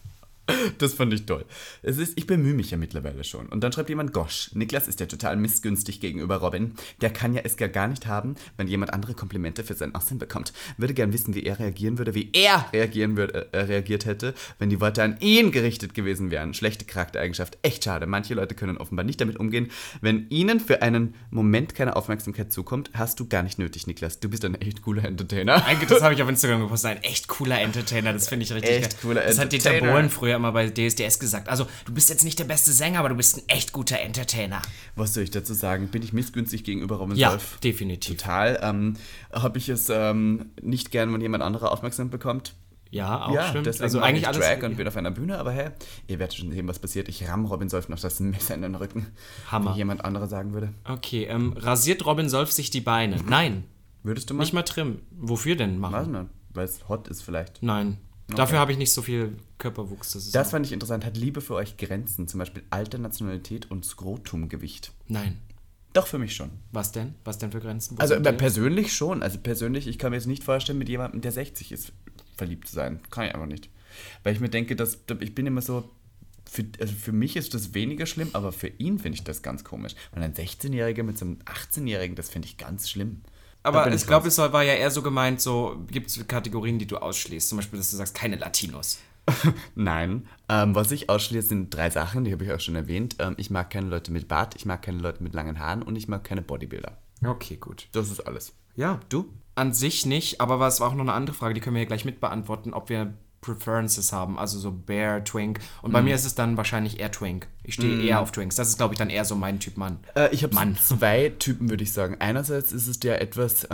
B: Das fand ich toll. Ich bemühe mich ja mittlerweile schon. Und dann schreibt jemand, Gosh, Niklas ist ja total missgünstig gegenüber Robin. Der kann ja es gar nicht haben, wenn jemand andere Komplimente für sein Aussehen bekommt. Würde gern wissen, wie er reagieren würde, reagiert hätte, wenn die Worte an ihn gerichtet gewesen wären. Schlechte Charaktereigenschaft. Echt schade. Manche Leute können offenbar nicht damit umgehen. Wenn ihnen für einen Moment keine Aufmerksamkeit zukommt, hast du gar nicht nötig, Niklas. Du bist ein echt cooler Entertainer.
A: Eigentlich, das habe ich auf Instagram gepostet. Ein echt cooler Entertainer. Das finde ich richtig geil.
B: Echt cooler
A: Das
B: Entertainer.
A: hat Dieter Bohlen früher immer bei DSDS gesagt. Also, du bist jetzt nicht der beste Sänger, aber du bist ein echt guter Entertainer.
B: Was soll ich dazu sagen? Bin ich missgünstig gegenüber Robin Solf?
A: Ja, definitiv.
B: Total. Habe ich es nicht gern, wenn jemand anderer aufmerksam bekommt?
A: Ja, auch stimmt.
B: Deswegen also eigentlich alles Drag und bin auf einer Bühne, aber hey, ihr werdet schon sehen, was passiert. Ich ramme Robin Solf noch das Messer in den Rücken.
A: Hammer.
B: Wie jemand anderer sagen würde.
A: Okay, rasiert Robin Solf sich die Beine? Nein.
B: Würdest du mal?
A: Nicht mal trimmen. Wofür denn machen?
B: Weiß nicht, weil es hot ist vielleicht.
A: Nein. Okay. Dafür habe ich nicht so viel Körperwuchs.
B: Das fand ich interessant. Hat Liebe für euch Grenzen? Zum Beispiel Alter, Nationalität und Skrotumgewicht?
A: Nein.
B: Doch, für mich schon.
A: Was denn? Was denn für Grenzen?
B: Also persönlich schon. Also persönlich, ich kann mir jetzt nicht vorstellen, mit jemandem, der 60 ist, verliebt zu sein. Kann ich einfach nicht. Weil ich mir denke, ich bin immer so, für mich ist das weniger schlimm, aber für ihn finde ich das ganz komisch. Weil ein 16-Jähriger mit so einem 18-Jährigen, das finde ich ganz schlimm.
A: Aber ich glaube, es war ja eher so gemeint, so gibt es Kategorien, die du ausschließt. Zum Beispiel, dass du sagst, keine Latinos.
B: Nein. Was ich ausschließe, sind 3 Sachen, die habe ich auch schon erwähnt. Ich mag keine Leute mit Bart, ich mag keine Leute mit langen Haaren und ich mag keine Bodybuilder.
A: Okay, gut.
B: Das ist alles.
A: Ja.
B: Du?
A: An sich nicht, aber es war auch noch eine andere Frage, die können wir hier gleich mit beantworten, ob wir Preferences haben, also so Bear, Twink. Und bei mir ist es dann wahrscheinlich eher Twink. Ich stehe eher auf Twinks. Das ist, glaube ich, dann eher so mein Typ Mann.
B: Ich habe 2 Typen, würde ich sagen. Einerseits ist es der etwas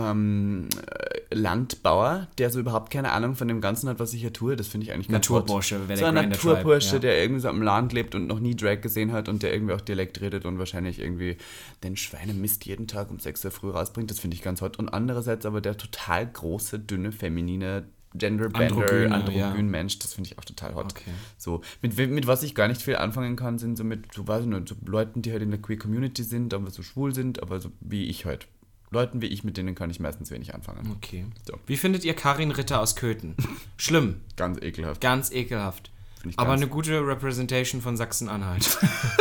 B: Landbauer, der so überhaupt keine Ahnung von dem Ganzen hat, was ich hier tue. Das finde ich eigentlich ganz
A: Naturbursche,
B: wäre der Naturbursche, der irgendwie so am Land lebt und noch nie Drag gesehen hat und der irgendwie auch Dialekt redet und wahrscheinlich irgendwie den Schweinemist jeden Tag um 6 Uhr früh rausbringt. Das finde ich ganz hot. Und andererseits aber der total große, dünne, feminine androgyn Mensch, das finde ich auch total hot.
A: Okay.
B: So, mit was ich gar nicht viel anfangen kann, sind so mit, so weiß ich nicht, so Leuten, die halt in der Queer Community sind, aber so schwul sind, aber so wie ich halt. Leuten wie ich, mit denen kann ich meistens wenig anfangen.
A: Okay.
B: So.
A: Wie findet ihr Karin Ritter aus Köthen? Schlimm.
B: Ganz ekelhaft.
A: Ganz ekelhaft. Aber eine gute Representation von Sachsen-Anhalt.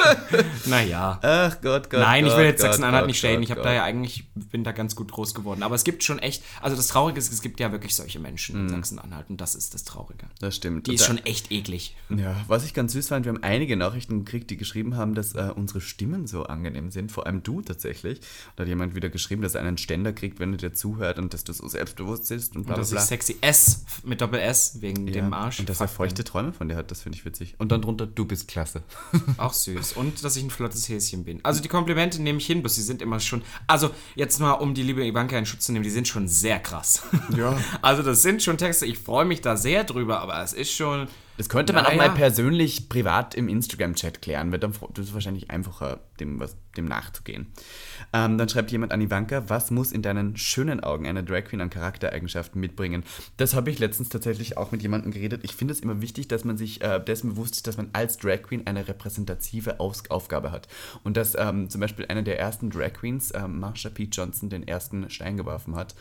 A: Naja.
B: Ach Gott.
A: Nein, ich will jetzt Sachsen-Anhalt nicht stellen. Ich bin da ganz gut groß geworden. Aber es gibt schon echt, also das Traurige ist, es gibt ja wirklich solche Menschen in Sachsen-Anhalt und das ist das Traurige.
B: Das stimmt.
A: Die ist schon echt eklig.
B: Ja, was ich ganz süß fand, wir haben einige Nachrichten gekriegt, die geschrieben haben, dass unsere Stimmen so angenehm sind. Vor allem du tatsächlich. Da hat jemand wieder geschrieben, dass er einen Ständer kriegt, wenn er dir zuhört und dass du so selbstbewusst bist und bla bla bla.
A: Und dass ich sexy S mit Doppel-S wegen dem Arsch.
B: Und dass er feuchte Träume von dir hat. Das finde ich witzig. Und dann drunter, du bist klasse.
A: Auch süß. Und dass ich ein flottes Häschen bin. Also die Komplimente nehme ich hin, bloß die sind immer schon... Also jetzt mal, um die liebe Ivanka in Schutz zu nehmen, die sind schon sehr krass.
B: Ja.
A: Also das sind schon Texte, ich freue mich da sehr drüber, aber es ist schon...
B: Das könnte man auch mal persönlich, privat im Instagram-Chat klären, weil dann das ist wahrscheinlich einfacher, dem nachzugehen. Dann schreibt jemand an Ivanka, was muss in deinen schönen Augen eine Drag Queen an Charaktereigenschaften mitbringen? Das habe ich letztens tatsächlich auch mit jemandem geredet. Ich finde es immer wichtig, dass man sich dessen bewusst ist, dass man als Drag Queen eine repräsentative Aufgabe hat. Und dass zum Beispiel eine der ersten Drag Queens, Marsha P. Johnson, den ersten Stein geworfen hat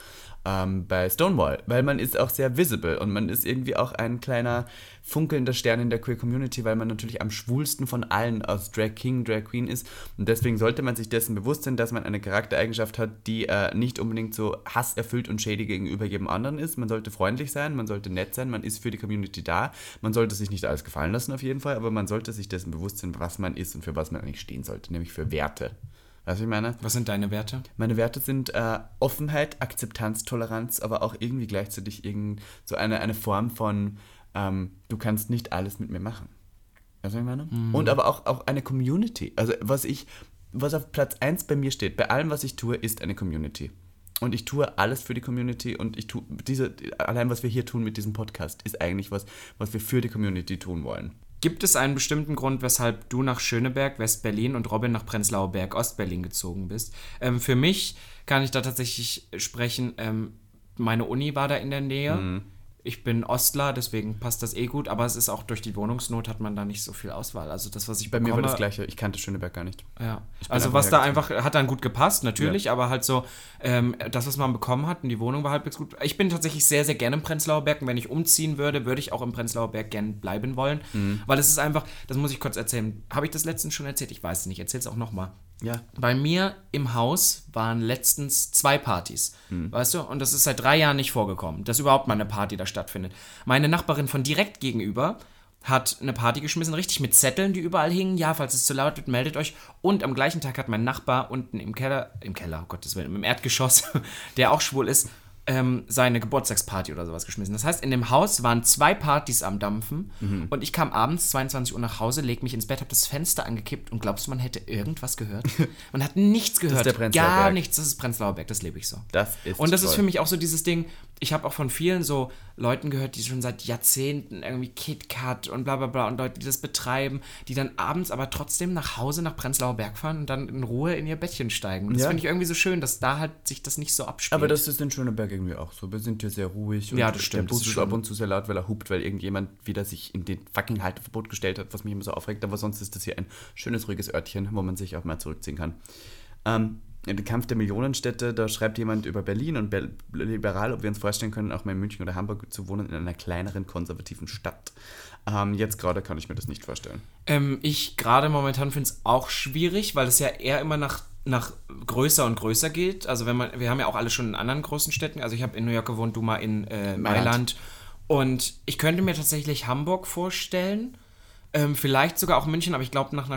B: bei Stonewall, weil man ist auch sehr visible und man ist irgendwie auch ein kleiner funkelnder Stern in der Queer Community, weil man natürlich am schwulsten von allen aus Drag King, Drag Queen ist und deswegen sollte man sich dessen bewusst sein, dass man eine Charaktereigenschaft hat, die nicht unbedingt so hasserfüllt und shady gegenüber jedem anderen ist. Man sollte freundlich sein, man sollte nett sein, man ist für die Community da, man sollte sich nicht alles gefallen lassen auf jeden Fall, aber man sollte sich dessen bewusst sein, was man ist und für was man eigentlich stehen sollte, nämlich für Werte. Weißt du, was ich meine?
A: Was sind deine Werte?
B: Meine Werte sind Offenheit, Akzeptanz, Toleranz, aber auch irgendwie gleichzeitig so eine Form von du kannst nicht alles mit mir machen. Weißt du, was ich meine? Mhm. Und aber auch eine Community. Also was auf Platz 1 bei mir steht, bei allem, was ich tue, ist eine Community. Und ich tue alles für die Community und ich tue allein, was wir hier tun mit diesem Podcast, ist eigentlich was wir für die Community tun wollen.
A: Gibt es einen bestimmten Grund, weshalb du nach Schöneberg, West-Berlin und Robin nach Prenzlauer Berg, Ost-Berlin gezogen bist? Für mich kann ich da tatsächlich sprechen, meine Uni war da in der Nähe. Ich bin Ostler, deswegen passt das gut, aber es ist auch durch die Wohnungsnot hat man da nicht so viel Auswahl. Also das, was ich
B: Bei mir war das Gleiche, ich kannte Schöneberg gar nicht.
A: Ja, also was da einfach, hat dann gut gepasst, natürlich, aber halt so, das, was man bekommen hat und die Wohnung war halbwegs gut. Ich bin tatsächlich sehr, sehr gerne im Prenzlauer Berg und wenn ich umziehen würde, würde ich auch im Prenzlauer Berg gerne bleiben wollen, weil es ist einfach, das muss ich kurz erzählen, habe ich das letztens schon erzählt? Ich weiß es nicht, erzähl es auch nochmal.
B: Ja.
A: Bei mir im Haus waren letztens 2 Partys, weißt du? Und das ist seit 3 Jahren nicht vorgekommen, dass überhaupt mal eine Party da stattfindet. Meine Nachbarin von direkt gegenüber hat eine Party geschmissen, richtig mit Zetteln, die überall hingen. Ja, falls es zu laut wird, meldet euch. Und am gleichen Tag hat mein Nachbar unten im Keller, um Gottes Willen, im Erdgeschoss, der auch schwul ist, seine Geburtstagsparty oder sowas geschmissen. Das heißt, in dem Haus waren 2 Partys am Dampfen und ich kam abends 22 Uhr nach Hause, leg mich ins Bett, hab das Fenster angekippt und glaubst du, man hätte irgendwas gehört? Man hat nichts gehört.
B: Das ist der Prenzlauer
A: Gar
B: Berg.
A: nichts, das ist Prenzlauer Berg, das lebe ich so.
B: Das ist
A: und das
B: toll.
A: ist für mich auch so dieses Ding, ich habe auch von vielen so Leuten gehört, die schon seit Jahrzehnten irgendwie KitKat und bla bla bla und Leute, die das betreiben, die dann abends aber trotzdem nach Hause nach Prenzlauer Berg fahren und dann in Ruhe in ihr Bettchen steigen. Und das finde ich irgendwie so schön, dass da halt sich das nicht so abspielt.
B: Aber das ist in Schöneberg irgendwie auch so. Wir sind hier sehr ruhig. Und
A: ja, das stimmt.
B: Der Bus ist ab und zu sehr laut, weil er hupt, weil irgendjemand wieder sich in den fucking Halteverbot gestellt hat, was mich immer so aufregt. Aber sonst ist das hier ein schönes, ruhiges Örtchen, wo man sich auch mal zurückziehen kann. Den Kampf der Millionenstädte, da schreibt jemand über Berlin und liberal, ob wir uns vorstellen können, auch mal in München oder Hamburg zu wohnen in einer kleineren, konservativen Stadt. Jetzt gerade kann ich mir das nicht vorstellen.
A: Ich gerade momentan finde es auch schwierig, weil es ja eher immer nach größer und größer geht. Also wir haben ja auch alle schon in anderen großen Städten. Also ich habe in New York gewohnt, du mal in Mailand. Und ich könnte mir tatsächlich Hamburg vorstellen. Vielleicht sogar auch München, aber ich glaube nach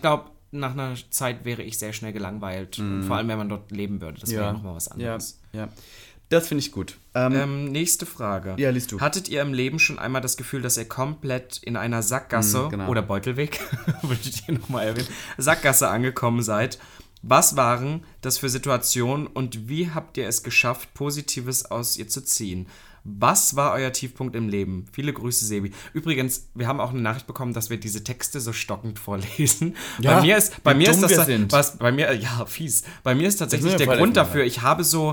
A: einer Zeit wäre ich sehr schnell gelangweilt. Vor allem, wenn man dort leben würde. Das wäre ja nochmal was anderes.
B: Ja. Das finde ich gut.
A: Nächste Frage.
B: Ja, liest du.
A: Hattet ihr im Leben schon einmal das Gefühl, dass ihr komplett in einer Sackgasse oder Beutelweg, würde ich hier nochmal erwähnen, Sackgasse angekommen seid? Was waren das für Situationen und wie habt ihr es geschafft, Positives aus ihr zu ziehen? Was war euer Tiefpunkt im Leben? Viele Grüße, Sebi. Übrigens, wir haben auch eine Nachricht bekommen, dass wir diese Texte so stockend vorlesen.
B: Ja,
A: bei mir ist fies. Bei mir ist tatsächlich der Grund dafür, ich habe so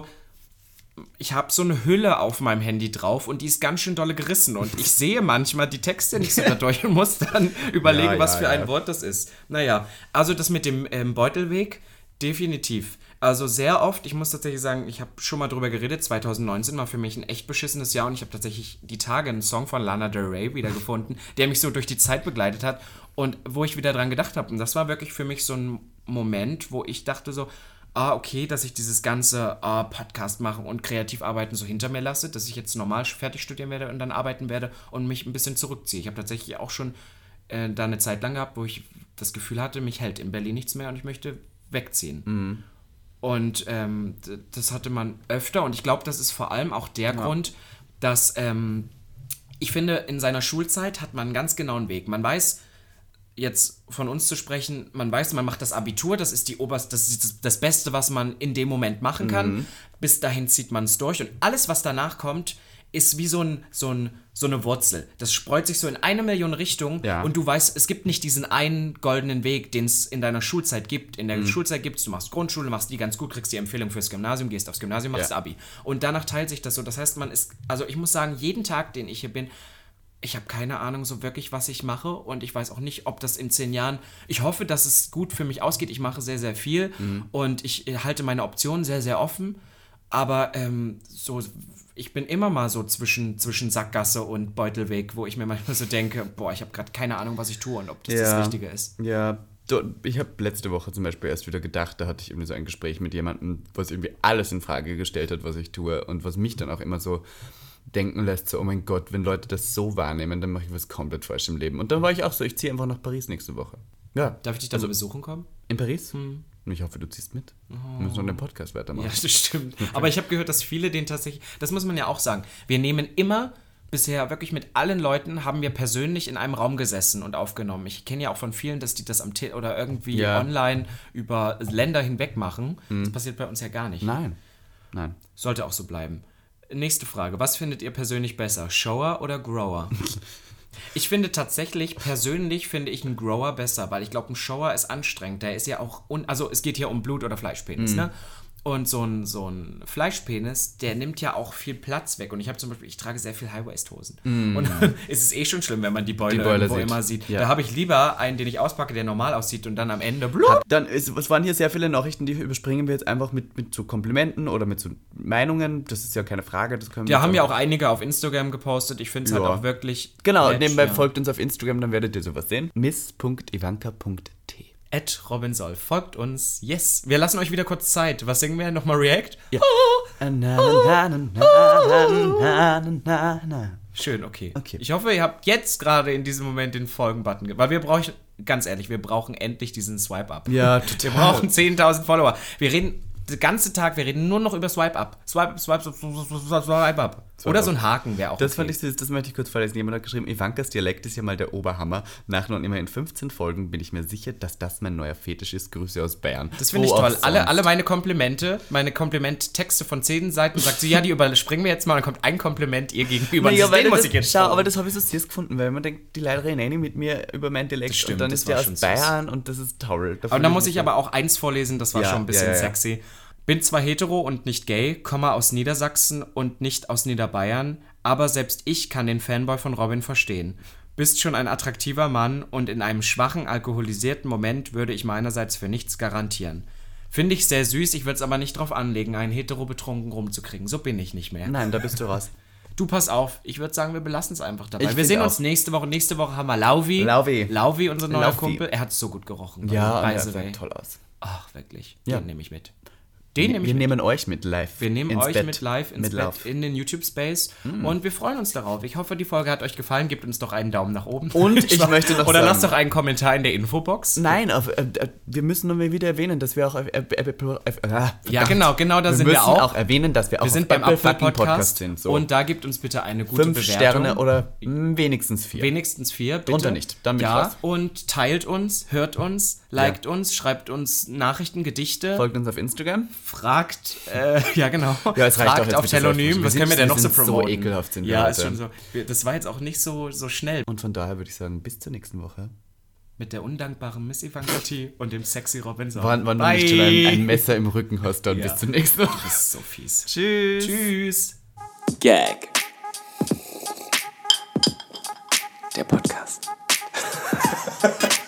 A: eine Hülle auf meinem Handy drauf und die ist ganz schön dolle gerissen und ich sehe manchmal die Texte nicht so dadurch und muss dann überlegen, was für ein Wort das ist. Naja, also das mit dem Beutelweg, definitiv. Also sehr oft, ich muss tatsächlich sagen, ich habe schon mal drüber geredet, 2019 war für mich ein echt beschissenes Jahr und ich habe tatsächlich die Tage einen Song von Lana Del Rey wiedergefunden, der mich so durch die Zeit begleitet hat und wo ich wieder dran gedacht habe. Und das war wirklich für mich so ein Moment, wo ich dachte so, okay, dass ich dieses ganze Podcast machen und kreativ arbeiten so hinter mir lasse, dass ich jetzt normal fertig studieren werde und dann arbeiten werde und mich ein bisschen zurückziehe. Ich habe tatsächlich auch schon da eine Zeit lang gehabt, wo ich das Gefühl hatte, mich hält in Berlin nichts mehr und ich möchte wegziehen. Mhm. Und das hatte man öfter und ich glaube, das ist vor allem auch der Grund, dass ich finde, in seiner Schulzeit hat man einen ganz genauen Weg. Man weiß, jetzt von uns zu sprechen, man weiß, man macht das Abitur, das ist das Beste, was man in dem Moment machen kann. Mhm. Bis dahin zieht man es durch und alles, was danach kommt, ist wie so eine Wurzel. Das streut sich so in 1 Million Richtungen und du weißt, es gibt nicht diesen einen goldenen Weg, den es in deiner Schulzeit gibt. In der Schulzeit gibt es, du machst Grundschule, machst die ganz gut, kriegst die Empfehlung fürs Gymnasium, gehst aufs Gymnasium, machst Abi. Und danach teilt sich das so. Das heißt, ich muss sagen, jeden Tag, den ich hier bin, ich habe keine Ahnung so wirklich, was ich mache und ich weiß auch nicht, ob das in 10 Jahren, ich hoffe, dass es gut für mich ausgeht. Ich mache sehr, sehr viel und ich halte meine Optionen sehr, sehr offen, aber ich bin immer mal so zwischen Sackgasse und Beutelweg, wo ich mir manchmal so denke, ich habe gerade keine Ahnung, was ich tue und ob das das Richtige ist.
B: Ja, ich habe letzte Woche zum Beispiel erst wieder gedacht, da hatte ich irgendwie so ein Gespräch mit jemandem, was irgendwie alles in Frage gestellt hat, was ich tue und was mich dann auch immer so denken lässt, so, oh mein Gott, wenn Leute das so wahrnehmen, dann mache ich was komplett falsch im Leben. Und dann war ich auch so, ich ziehe einfach nach Paris nächste Woche. Ja.
A: Darf ich dich da so besuchen kommen?
B: In Paris? Ich hoffe, du ziehst mit. Wir müssen noch den Podcast weitermachen.
A: Ja, das stimmt. Okay. Aber ich habe gehört, dass viele den tatsächlich, das muss man ja auch sagen, wir nehmen immer, bisher wirklich mit allen Leuten, haben wir persönlich in einem Raum gesessen und aufgenommen. Ich kenne ja auch von vielen, dass die das oder irgendwie online über Länder hinweg machen. Das passiert bei uns ja gar nicht.
B: Nein.
A: Sollte auch so bleiben. Nächste Frage. Was findet ihr persönlich besser? Shower oder Grower? Ich finde tatsächlich, persönlich finde ich einen Grower besser, weil ich glaube, ein Shower ist anstrengend. Der ist ja auch, also es geht hier um Blut- oder Fleischpenis, ne? Und so ein Fleischpenis, der nimmt ja auch viel Platz weg. Und ich trage sehr viel High-Waist-Hosen. Und dann ist es schon schlimm, wenn man die Beule irgendwo immer sieht. Ja. Da habe ich lieber einen, den ich auspacke, der normal aussieht und dann am Ende
B: es waren hier sehr viele Nachrichten, die überspringen wir jetzt einfach mit so Komplimenten oder mit so Meinungen. Das ist ja keine Frage. Das können wir
A: haben ja auch einige auf Instagram gepostet. Ich finde es halt auch wirklich
B: genau, und nebenbei folgt uns auf Instagram, dann werdet ihr sowas sehen. miss.ivanka.t
A: @Robinsolf. Folgt uns. Yes. Wir lassen euch wieder kurz Zeit. Was singen wir? Nochmal React?
B: Ja.
A: Schön, okay. Ich hoffe, ihr habt jetzt gerade in diesem Moment den Folgen-Button weil ganz ehrlich, wir brauchen endlich diesen Swipe-Up.
B: Ja, total.
A: Wir brauchen 10.000 Follower. Wir reden den ganzen Tag, wir reden nur noch über Swipe-Up. Swipe-Up. Oder so ein Haken wäre auch
B: das fand ich süß, das möchte ich kurz vorlesen. Jemand hat geschrieben, Ivankas Dialekt ist ja mal der Oberhammer. Nach und immer in 15 Folgen bin ich mir sicher, dass das mein neuer Fetisch ist. Grüße aus Bayern.
A: Das finde ich toll. Alle meine Komplimenttexte von 10 Seiten sagt sie, ja, die überspringen wir jetzt mal, dann kommt ein Kompliment ihr gegenüber.
B: Aber das habe ich so süß gefunden, weil man denkt, die Leute reden nicht mit mir über meinen Dialekt. Stimmt, und dann ist der aus Bayern und das ist toll.
A: Aber da muss ich aber auch eins vorlesen, das war schon ein bisschen sexy. Bin zwar hetero und nicht gay, komme aus Niedersachsen und nicht aus Niederbayern, aber selbst ich kann den Fanboy von Robin verstehen. Bist schon ein attraktiver Mann und in einem schwachen, alkoholisierten Moment würde ich meinerseits für nichts garantieren. Finde ich sehr süß, ich würde es aber nicht drauf anlegen, einen hetero betrunken rumzukriegen. So bin ich nicht mehr.
B: Nein, da bist du raus.
A: Du, pass auf, ich würde sagen, wir belassen es einfach dabei. Wir sehen uns nächste Woche. Nächste Woche haben wir Lauvi, unser neuer Kumpel. Er hat so gut gerochen.
B: Ja, er sieht toll aus.
A: Ach, wirklich.
B: Ja.
A: Den nehme ich mit.
B: Wir nehmen euch mit live.
A: Wir nehmen euch mit live ins Bett in den YouTube-Space und wir freuen uns darauf. Ich hoffe, die Folge hat euch gefallen. Gebt uns doch einen Daumen nach oben.
B: Und ich möchte noch
A: Oder lasst doch einen Kommentar in der Infobox.
B: Nein, wir müssen noch mal wieder erwähnen, dass wir auch auf
A: ja, genau, da sind wir auch.
B: Wir müssen auch erwähnen, dass wir auch
A: auf Apple Podcast sind. So. Und da gibt uns bitte eine gute
B: 5
A: Bewertung.
B: 5 Sterne oder wenigstens 4.
A: Wenigstens 4, bitte.
B: Drunter nicht. Dann
A: und teilt uns, hört uns, liked uns, schreibt uns Nachrichten, Gedichte.
B: Folgt uns auf Instagram.
A: Fragt ja, genau.
B: Ja, es reicht
A: fragt auf Telonym. Was können wir denn noch so promoten?
B: So ekelhaft sind wir.
A: Ja, ist schon so. Das war jetzt auch nicht so schnell.
B: Und von daher würde ich sagen, bis zur nächsten Woche.
A: Mit der undankbaren Miss Ivanka T und dem sexy Robinson.
B: Wann du nicht schon ein Messer im Rücken hast, dann bis zur nächsten Woche.
A: Das ist so fies.
B: Tschüss.
C: Gag. Der Podcast.